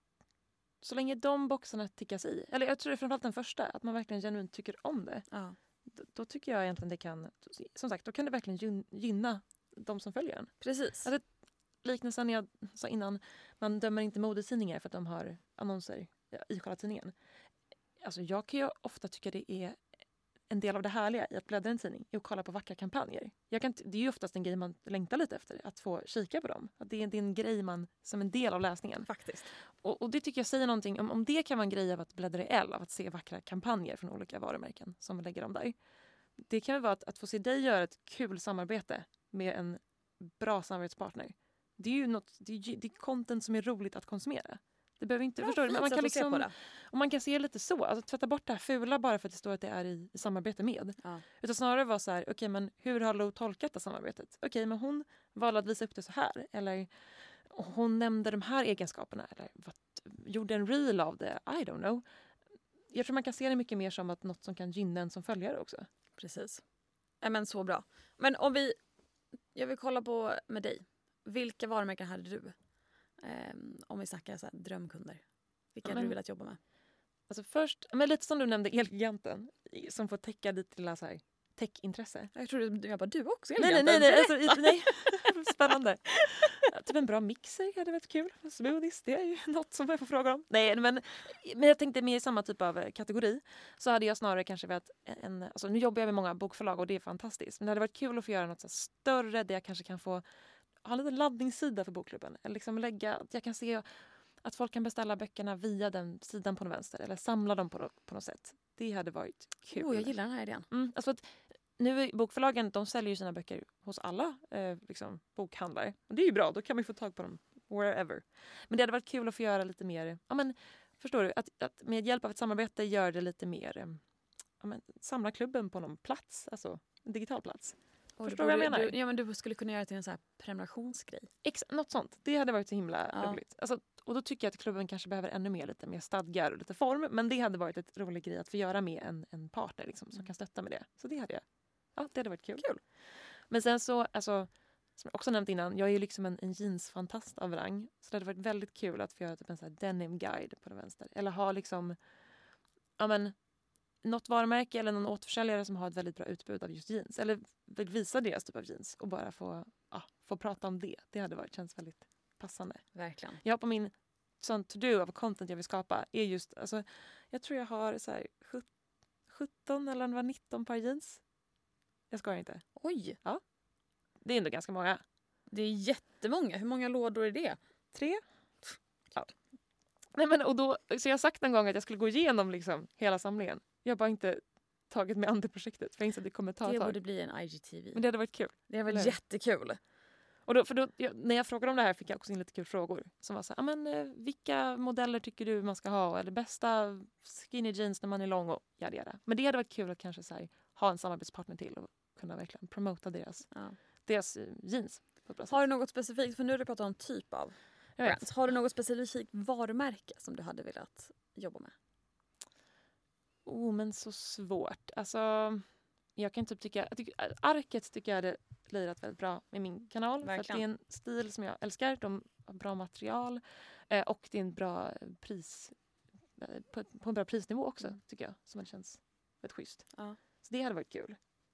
så länge de boxarna tickas i. Eller jag tror det är framförallt den första. Att man verkligen genuint tycker om det. Ja. Då, då tycker jag egentligen det kan, som sagt, då kan det verkligen gynna de som följer den. Precis. Alltså, liknelsen jag sa innan, man dömer inte modetidningar för att de har annonser i själva tidningen. Alltså jag kan ju ofta tycka det är en del av det härliga i att bläddra en tidning är att kolla på vackra kampanjer. Jag kan, det är ju oftast en grej man längtar lite efter, att få kika på dem. Att det, är, det är en grej man, som en del av läsningen. Faktiskt. Och, och det tycker jag säger någonting, om, om det kan vara en grej av att bläddra i L, av att se vackra kampanjer från olika varumärken som lägger dem där. Det kan vara att, att få se dig göra ett kul samarbete med en bra samarbetspartner. Det är ju något, det är, det är content som är roligt att konsumera. Det behöver inte, ja, förstår du? Men man kan liksom, på det. Och man kan se det lite så, alltså tvätta bort det här fula bara för att det står att det är i, i samarbete med. Ja. Utan snarare vara så här, okej okay, men hur har Lo tolkat det samarbetet? Okej, okay, men hon valde att visa upp det så här. Eller hon nämnde de här egenskaperna. Eller vad, gjorde en reel av det. I don't know. Jag tror man kan se det mycket mer som att något som kan gynna en som följare också. Precis. Ja, men så bra. Men om vi, jag vill kolla på med dig. Vilka varumärken hade du? Um, om vi snackar så här, drömkunder. Vilka ja, hade du velat jobba med? Alltså först, men lite som du nämnde, Elgiganten. Som får täcka ditt lilla så här tech-intresse. Jag tror du, jag bara, du också Nej, nej, nej. Alltså, i, nej. Spännande. Ja, typ en bra mixer hade varit kul. Smoothies, det är ju något som jag får fråga om. Nej, men, men jag tänkte mer i samma typ av kategori. Så hade jag snarare kanske velat en, alltså nu jobbar jag med många bokförlag och det är fantastiskt. Men det hade varit kul att få göra något så här större där jag kanske kan få ha en liten laddningssida för bokklubben. Eller liksom lägga, att jag kan se att folk kan beställa böckerna via den sidan på den vänster. Eller samla dem på, på något sätt. Det hade varit kul. Oh, jag gillar den här idén. Mm, alltså att nu är bokförlagen, de säljer ju sina böcker hos alla eh, liksom, bokhandlare. Och det är ju bra, då kan man ju få tag på dem wherever. Men det hade varit kul att få göra lite mer, ja men förstår du, att, att med hjälp av ett samarbete gör det lite mer, eh, ja men samla klubben på någon plats, alltså en digital plats. Och förstår du vad jag menar? Du, ja men du skulle kunna göra det till en så här prenumerationsgrej. Ex, något sånt, det hade varit så himla ja. roligt. Alltså, och då tycker jag att klubben kanske behöver ännu mer, lite mer stadgar och lite form. Men det hade varit ett rolig grej att få göra med en, en partner liksom, som mm. kan stötta med det. Så det hade jag. Ja, det hade varit kul. kul. Men sen så, alltså, som jag också nämnt innan, jag är ju liksom en, en jeansfantast av rang. Så det hade varit väldigt kul att få göra typ en sån här denim guide på den vänster. Eller ha liksom, ja men, något varumärke eller någon återförsäljare som har ett väldigt bra utbud av just jeans. Eller vill visa deras typ av jeans och bara få, ja, få prata om det. Det hade varit, känns väldigt passande. Verkligen. Jag har på min sån to-do av content jag vill skapa är just, alltså, jag tror jag har så här sjutton eller det var nitton par jeans. Jag skojar inte. Oj! Ja. Det är ändå ganska många. Det är jättemånga. Hur många lådor är det? Tre? Ja. Nej, men, och då, så jag har sagt en gång att jag skulle gå igenom liksom hela samlingen. Jag har bara inte tagit med an till projektet. För jag inser att det kommer ta Det ett tag. borde bli en I G T V. Men det hade varit kul. Det hade varit jättekul. Och då, för då, jag, när jag frågade om det här fick jag också in lite kul frågor. Som var så här, men, eh, vilka modeller tycker du man ska ha? Eller bästa skinny jeans när man är lång och jada, jada. Men det hade varit kul att kanske så här, ha en samarbetspartner till och kunna verkligen promota deras, Ja. deras eh, jeans. På ett bra sätt. Har du något specifikt, för nu har du pratat om typ av Jag vet. brands. Har du något specifikt varumärke som du hade velat jobba med? Oh, men så svårt. Alltså, jag kan typ tycka, jag tycker, Arket tycker jag hade lirat väldigt bra med min kanal. För att det är en stil som jag älskar. De har bra material eh, och det är en bra pris, eh, på, på en bra prisnivå också, Mm. tycker jag. Som det känns väldigt schysst. Ja. Så det hade varit kul.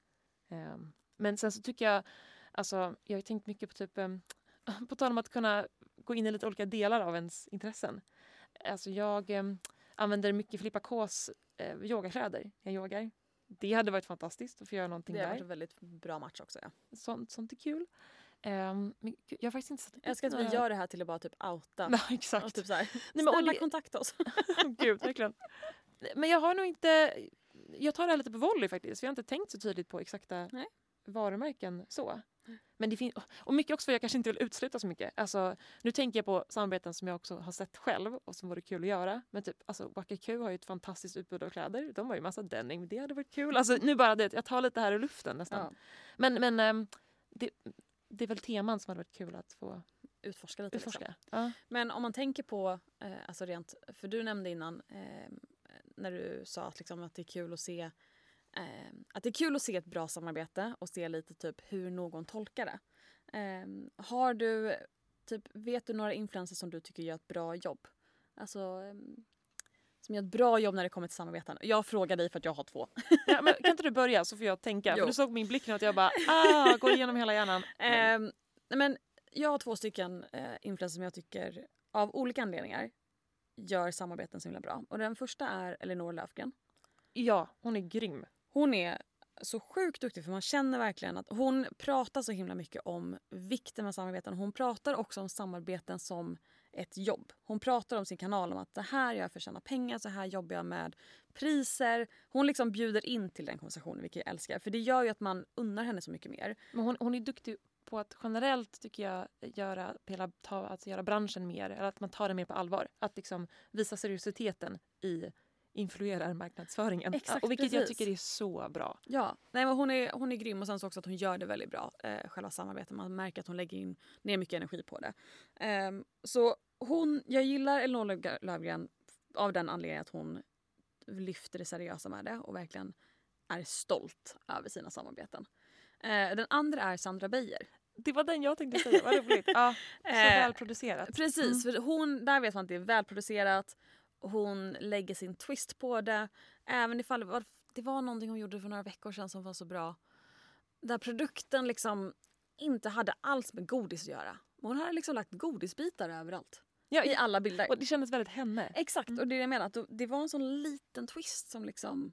Um, men sen så tycker jag, alltså, jag har tänkt mycket på typ, um, på tal om att kunna gå in i lite olika delar av ens intressen. Alltså jag um, använder mycket Filippa K's eh, yogakläder när jag yogar. Det hade varit fantastiskt att få göra någonting Det har där. varit en väldigt bra match också. Ja. Sånt, sånt är kul. Um, men gud, jag har faktiskt inte satt upp Jag ska inte några- vi gör det här till att bara typ outa. Nej, exakt. Och typ så här, Nej, men, och snälla det- kontakta oss. Gud, verkligen. Men jag har nog inte... Jag tar det här lite på volley faktiskt. För jag har inte tänkt så tydligt på exakta Nej. varumärken så. Men det finns... Och mycket också för jag kanske inte vill utesluta så mycket. Alltså, nu tänker jag på samarbeten som jag också har sett själv och som vore kul att göra. Men typ, alltså, Waka Q har ju ett fantastiskt utbud av kläder. De har ju massa denim. Det hade varit kul. Alltså, nu bara det. Jag tar lite här i luften nästan. Ja, Men, men ehm, det, det är väl teman som hade varit kul att få utforska lite. Liksom. utforska. Ja. Men om man tänker på, eh, alltså rent, för du nämnde innan eh, när du sa att, liksom, att det är kul att se eh, att det är kul att se ett bra samarbete och se lite typ hur någon tolkar det. Eh, har du, typ, vet du några influencers som du tycker gör ett bra jobb? Alltså eh, som gör ett bra jobb när det kommer till samarbeten. Jag frågar dig för att jag har två. Ja, men kan inte du börja så får jag tänka? Jo. För du såg min blick nu att jag bara ah, går igenom hela hjärnan. Men, Eh, men jag har två stycken eh, influencers som jag tycker av olika anledningar gör samarbeten så himla bra. Och den första är Elinor Löfgren. ja, hon är grym. Hon är så sjukt duktig för man känner verkligen att hon pratar så himla mycket om vikten med samarbeten. Hon pratar också om samarbeten som ett jobb. Hon pratar om sin kanal om att det här gör jag för att tjäna pengar, så här jobbar jag med priser. Hon liksom bjuder in till den konversationen, vilket jag älskar. För det gör ju att man unnar henne så mycket mer. Men hon, hon är duktig på att generellt tycker jag göra, hela, ta, att göra branschen mer, eller att man tar det mer på allvar. Att liksom visa seriositeten i influerar marknadsföringen. Exakt, och vilket jag precis. tycker är så bra. Ja, nej, men hon, är, hon är grym och sen så också att hon gör det väldigt bra. Eh, själva samarbetet. Man märker att hon lägger in ner mycket energi på det. Ehm, så hon, jag gillar Elinor Löfgren av den anledningen att hon lyfter det seriösa med det och verkligen är stolt över sina samarbeten. Eh, den andra är Sandra Beijer. Det var den jag tänkte säga, vad roligt. Ja, så Eh, välproducerat. Precis, för hon, där vet man att det är välproducerat. Hon lägger sin twist på det. Även ifall det var, det var någonting hon gjorde för några veckor sedan som var så bra. Där produkten liksom inte hade alls med godis att göra. Hon hade liksom lagt godisbitar överallt. Ja, I alla bilder. och det kändes väldigt henne. Exakt, Mm. och det är det jag menar. Att det var en sån liten twist som liksom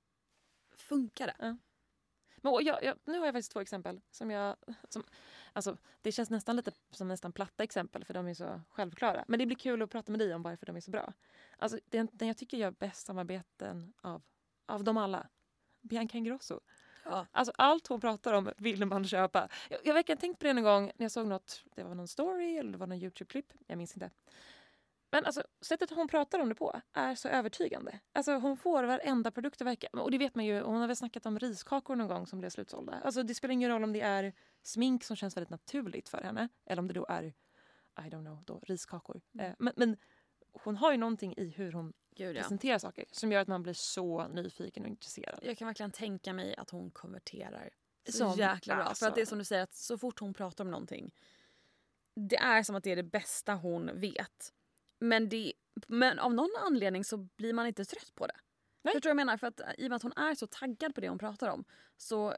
funkade. Ja. Men, och jag, jag, nu har jag faktiskt två exempel som jag... Som, alltså, det känns nästan lite som nästan platta exempel för de är så självklara. Men det blir kul att prata med dig om varför de är så bra. Alltså, den, den jag tycker gör bäst samarbeten av, av dem alla, Bianca Ingrosso. Ja. Alltså, allt hon pratar om vill man köpa. Jag, jag har verkligen tänkt på det en gång när jag såg något, det var någon story eller det var någon YouTube-klipp, jag minns inte. Men alltså, sättet hon pratar om det på är så övertygande. Alltså, hon får varenda produkt att verka. Och det vet man ju, hon har väl snackat om riskakor någon gång som blev slutsålda. Alltså, det spelar ingen roll om det är smink som känns väldigt naturligt för henne. Eller om det då är, I don't know, då, riskakor. Mm. Eh, men, men hon har ju någonting i hur hon Gud, ja. presenterar saker som gör att man blir så nyfiken och intresserad. Jag kan verkligen tänka mig att hon konverterar så Som- jäkla bra. alltså. För att det är som du säger, att så fort hon pratar om någonting, det är som att det är det bästa hon vet. Men, det, men av någon anledning så blir man inte trött på det. Nej. Förstår du vad jag menar? För att i och med att hon är så taggad på det hon pratar om, så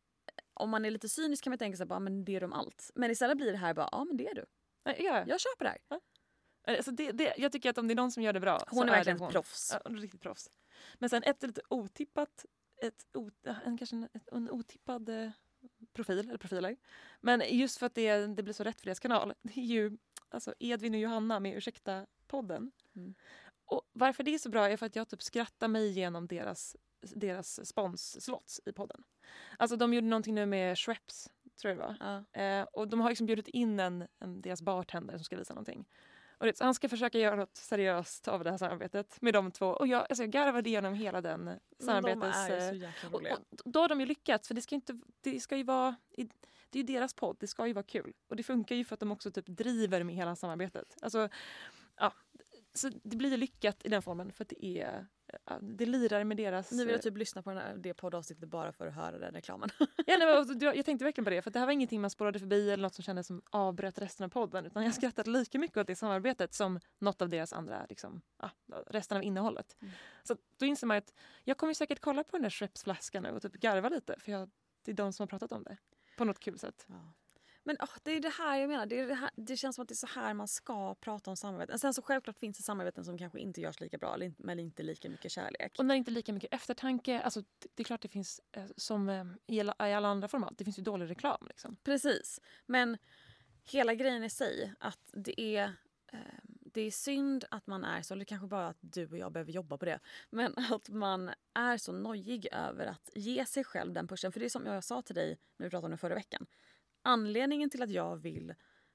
om man är lite cynisk kan man tänka sig bara, men det är de allt. Men istället blir det här bara, ja men det är du. Ja, ja. Jag köper det här. Alltså det, det, jag tycker att om det är någon som gör det bra Hon så är verkligen det ett hon. proffs. Ja, riktigt proffs. Men sen ett lite otippat, ett, o, en, kanske en, ett, en otippad eh, profil, eller profiler. Men just för att det, det blir så rätt för deras kanal, det är ju alltså Edvin och Johanna med Ursäkta-podden. Mm. Och varför det är så bra är för att jag typ skrattar mig igenom deras, deras spons-slots i podden. Alltså de gjorde någonting nu med Schweppes, tror jag det var. Ja. Eh, och de har liksom bjudit in en, en deras bartender som ska visa någonting. Och det, så han ska försöka göra något seriöst av det här samarbetet med de två. Och jag, alltså jag garvade igenom hela den samarbetes... De är ju så jäkla roliga. Och, och då har de ju lyckats, för det ska, inte, det ska ju vara... Det är ju deras podd, det ska ju vara kul. Och det funkar ju för att de också typ driver med hela samarbetet. Alltså, ja. Så det blir lyckat i den formen för att det är... Det lirar med deras... Nu vill jag typ lyssna på den här, det poddavsnittet bara för att höra den reklamen. Ja, nej, men, jag tänkte verkligen på det, för det här var ingenting man spårade förbi eller något som kändes som avbröt resten av podden, utan jag skrattade lika mycket åt det samarbetet som något av deras andra, liksom, ja, resten av innehållet. Mm. Så då inser man att jag kommer säkert kolla på den där Schweppes-flaskan nu och typ garva lite, för jag, det är de som har pratat om det på något kul sätt. Ja. Men oh, det är det här jag menar. Det, är det, här, det känns som att det är så här man ska prata om samarbeten. Sen så självklart finns det samarbeten som kanske inte görs lika bra eller men inte lika mycket kärlek. Och när det inte är lika mycket eftertanke. Alltså, det är klart det finns eh, som eh, i, alla, i alla andra format. Det finns ju dålig reklam. Liksom. Precis. Men hela grejen i sig att det är... Eh, det är synd att man är så, eller kanske bara att du och jag behöver jobba på det, men att man är så nojig över att ge sig själv den pushen. För det är som jag sa till dig när vi pratade om det förra veckan. Anledningen till att jag vill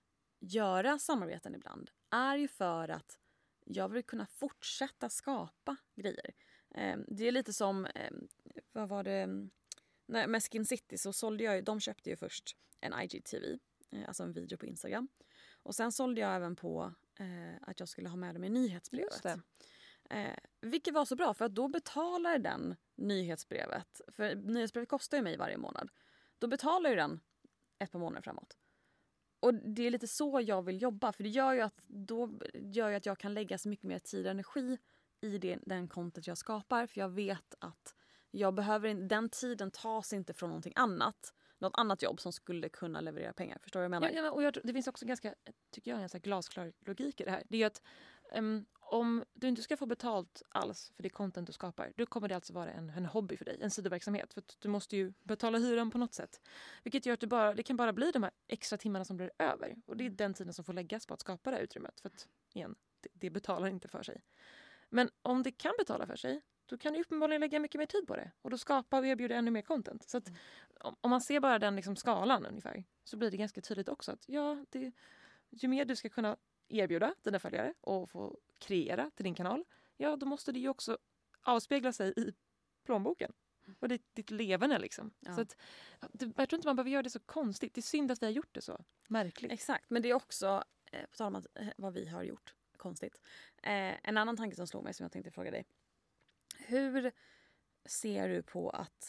göra samarbeten ibland är ju för att jag vill kunna fortsätta skapa grejer. Det är lite som, vad var det, med Skin City så sålde jag, de köpte ju först en I G T V, alltså en video på Instagram. Och sen sålde jag även på att jag skulle ha med dem i nyhetsbrevet. Just det. Eh, vilket var så bra för att då betalar den nyhetsbrevet, för nyhetsbrevet kostar ju mig varje månad. Då betalar ju den ett par månader framåt. Och det är lite så jag vill jobba, för det gör ju att, då gör ju att jag kan lägga så mycket mer tid och energi i det, den content jag skapar, för jag vet att jag behöver, den tiden tas inte från någonting annat. Något annat jobb som skulle kunna leverera pengar. Förstår du vad jag menar? Ja, ja, och jag, det finns också ganska, tycker jag, en så här glasklar logik i det här. Det är ju att um, om du inte ska få betalt alls för det content du skapar, då kommer det alltså vara en, en hobby för dig, en sidoverksamhet. För att du måste ju betala hyran på något sätt. Vilket gör att det, bara, det kan bara bli de här extra timmarna som blir över. Och det är den tiden som får läggas på att skapa det här utrymmet. För att, igen, det, det betalar inte för sig. Men om det kan betala för sig, då kan du uppenbarligen lägga mycket mer tid på det. Och då skapa och erbjuda ännu mer content. Så att Mm. om, om man ser bara den liksom skalan ungefär, så blir det ganska tydligt också att ja, det, ju mer du ska kunna erbjuda dina följare och få kreera till din kanal, ja då måste det ju också avspegla sig i plånboken. Och ditt, ditt levande liksom. Ja. Så att, det, jag tror inte man behöver göra det så konstigt. Det är synd att vi har gjort det så märkligt. Exakt, men det är också, eh, på tal om att, eh, vad vi har gjort konstigt. Eh, en annan tanke som slog mig som jag tänkte fråga dig. Hur ser du på att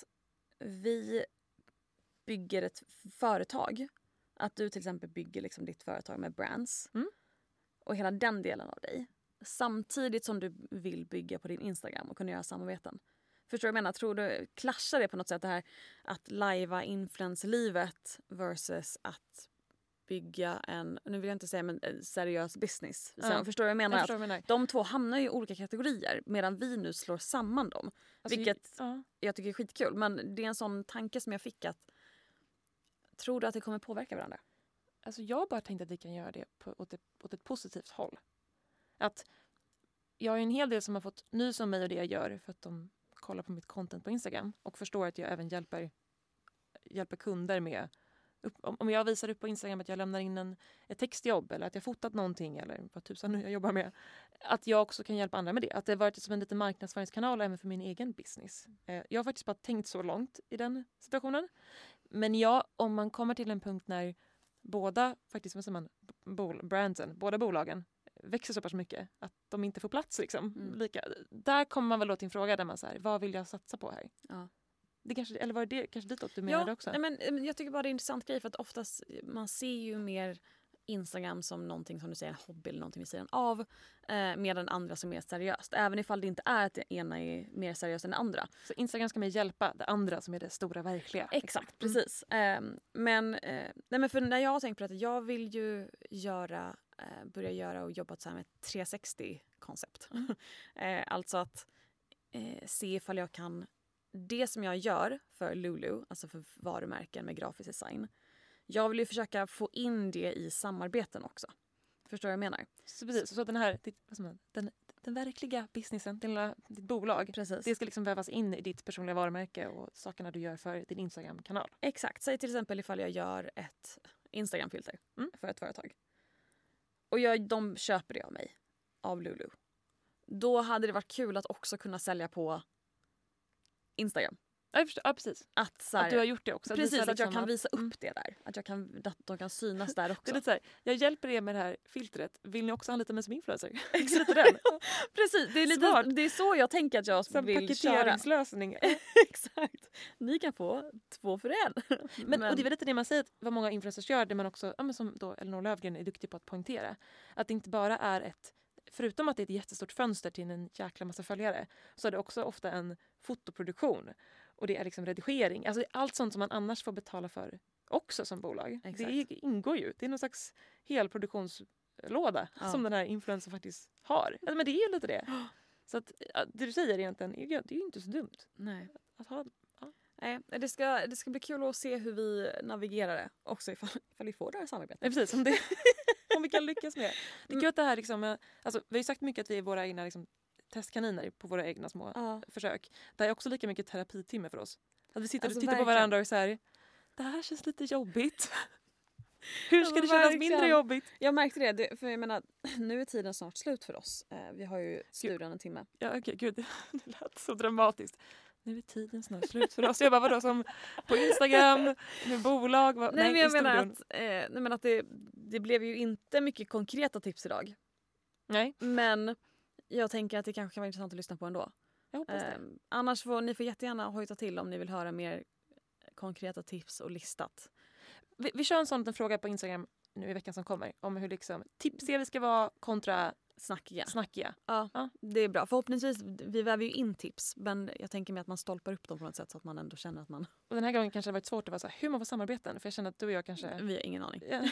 vi bygger ett företag? Att du till exempel bygger liksom ditt företag med brands. Mm. Och hela den delen av dig. Samtidigt som du vill bygga på din Instagram och kunna göra samarbeten. Förstår du vad jag menar? Tror du, klaschar det på något sätt det här att lajva influencerlivet versus att bygga en, nu vill jag inte säga men en seriös business. Så, Ja. förstår du vad jag menar? Jag förstår vad du menar. De två hamnar ju i olika kategorier medan vi nu slår samman dem. Alltså, vilket ja. jag tycker är skitkul. Men det är en sån tanke som jag fick att tror du att det kommer påverka varandra? Alltså jag bara tänkte att vi kan göra det på, åt, ett, åt ett positivt håll. Att jag har en hel del som har fått nys om mig och det jag gör för att de kollar på mitt content på Instagram och förstår att jag även hjälper, hjälper kunder med upp, om jag visar upp på Instagram att jag lämnar in en, ett textjobb eller att jag fotat någonting eller vad tusan nu jag jobbar med, att jag också kan hjälpa andra med det. Att det har varit som en liten marknadsföringskanal även för min egen business. Eh, jag har faktiskt bara tänkt så långt i den situationen. Men ja, om man kommer till en punkt när båda, faktiskt vad säger man, bol, brandsen, båda bolagen växer så pass mycket att de inte får plats liksom. Mm. Lika, där kommer man väl då till en fråga där man säger, vad vill jag satsa på här? Ja. Det kanske, eller var det kanske ditåt du menade Ja, också? nej, men jag tycker bara det är en intressant grej för att oftast man ser ju mer Instagram som någonting som du säger en hobby eller någonting vid sidan av eh, medan andra som är mer seriöst. Även ifall det inte är att det ena är mer seriöst än det andra. Så Instagram ska mer hjälpa det andra som är det stora verkliga. Exakt, Mm. precis. Eh, men, eh, nej, men för när jag har tänkt på det, jag vill ju göra, eh, börja göra och jobba så här med trehundrasextio-koncept. Mm. eh, alltså att eh, se ifall jag kan det som jag gör för Lulu, alltså för varumärken med grafisk design. Jag vill ju försöka få in det i samarbeten också. Förstår du vad jag menar? Så precis, så den här, vad säger man, den, den verkliga businessen, din lilla, ditt bolag. Precis. Det ska liksom vävas in i ditt personliga varumärke och sakerna du gör för din Instagram-kanal. Exakt. Säg till exempel ifall jag gör ett Instagram-filter Mm. för ett företag. Och jag, de köper det av mig. Av Lulu. Då hade det varit kul att också kunna sälja på Instagram. Ja, jag förstår. Ja, precis. Att, så här, Att du har gjort det också. precis, Visa att jag liksom kan visa upp mm. det där. Att, jag kan, att de kan synas där också. Det är lite så här, jag hjälper er med det här filtret. Vill ni också anlita mig som influencer? Exakt. Lite den. Precis, det är, Smart. lite, det är så jag tänker att jag Som vill köra. paketeringslösning. Exakt. Ni kan få två för en. Men, och det är väl lite det man säger att vad många influencers gör, det man också, ja, men som då Elinor Löfgren är duktig på att poängtera. Att det inte bara är ett, förutom att det är ett jättestort fönster till en jäkla massa följare, så är det också ofta en fotoproduktion. Och det är liksom redigering. Alltså allt sånt som man annars får betala för också som bolag. Exakt. Det ingår ju. Det är någon slags hel produktionslåda Ja. som den här influencer faktiskt har. Ja, men det är ju lite det. Så att ja, det du säger egentligen, det är ju inte så dumt. Nej. Att ha, Nej, det ska, det ska bli kul att se hur vi navigerar det. Också ifall, ifall vi får det här samarbetet. nej, precis, om, det, om vi kan lyckas med det. Det är kul att det här liksom, eh, alltså, vi har ju sagt mycket att vi är våra egna liksom, testkaniner på våra egna små Ja. försök. Det är också lika mycket terapitimme för oss. Att vi sitter Alltså, och tittar verkligen. på varandra och så här, det här känns lite jobbigt. Hur ska Alltså, det kännas verkligen. mindre jobbigt? Jag märkte det, det, för jag menar, nu är tiden snart slut för oss. Eh, vi har ju studion en timme. Ja, okej, gud, det lät så dramatiskt. Nu är tiden snart slut för oss. Jag bara, vadå, som på Instagram, med bolag? Vad, Nej, men jag i menar studion. att, eh, nej, men att det, det blev ju inte mycket konkreta tips idag. Nej, Men jag tänker att det kanske kan vara intressant att lyssna på ändå. jag hoppas det. Eh, annars får ni får jättegärna hojta till om ni vill höra mer konkreta tips och listat. Vi, vi kör en sån liten fråga på Instagram nu i veckan som kommer. Om hur liksom tipsiga vi ska vara kontra Snackiga. snackiga. Ja, Ja. det är bra. Förhoppningsvis, vi väver ju in tips. Men jag tänker mig att man stolpar upp dem på något sätt så att man ändå känner att man... Och den här gången kanske det har varit svårt att vara så här, hur man får samarbeten. För jag känner att du och jag kanske... Vi har ingen aning. Ja.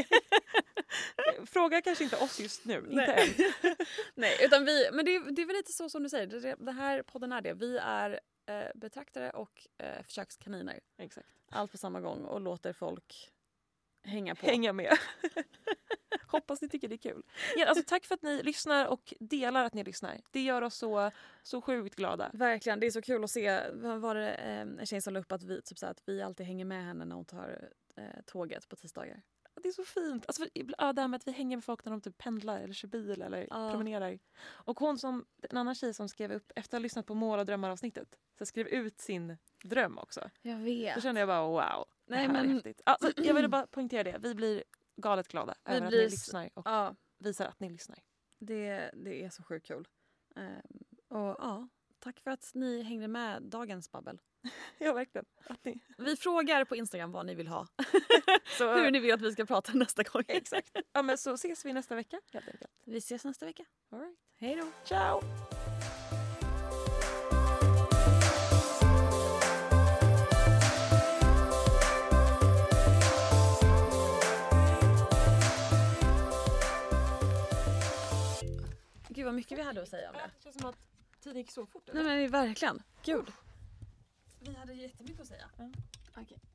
Fråga kanske inte oss just nu. Inte Nej. än. Nej, utan vi... Men det är, det är väl lite så som du säger. Det, det här podden är det. Vi är eh, betraktare och eh, försökskaniner. Exakt. Allt på samma gång och låter folk hänga på. Hänga med. Hoppas ni tycker det är kul. Ja, alltså, tack för att ni lyssnar och delar att ni lyssnar. Det gör oss så, så sjukt glada. Verkligen, det är så kul att se. Vad var det eh, en tjej som la upp att vi, typ så här, att vi alltid hänger med henne när hon tar eh, tåget på tisdagar. Det är så fint. Alltså, för, ja, det här med att vi hänger med folk när de typ pendlar eller kör bil eller Ja. promenerar. Och hon som, en annan tjej som skrev upp efter att ha lyssnat på Mål och drömmar avsnittet. Så skrev ut sin dröm också. Jag vet. Då kände jag bara wow. Nej, det här men- är häftigt. Alltså, jag ville bara poängtera det. Vi blir galet glada Vi över blir att ni s- lyssnar och Ja, visar att ni lyssnar. det, det är så sjukt kul. Ehm, och ja, tack för att ni hängde med dagens babbel. Ja, verkligen. Att ni, Vi frågar på Instagram vad ni vill ha. så, Hur ni vill att vi ska prata nästa gång. exakt. Ja, men så ses vi nästa vecka helt enkelt. Vi ses nästa vecka. All right. Hej då. Ciao! Gud vad mycket vi hade att säga om det. Det känns som att tiden gick så fort. Nej men verkligen. Gud. Vi hade jättemycket att säga. Ja. Okej.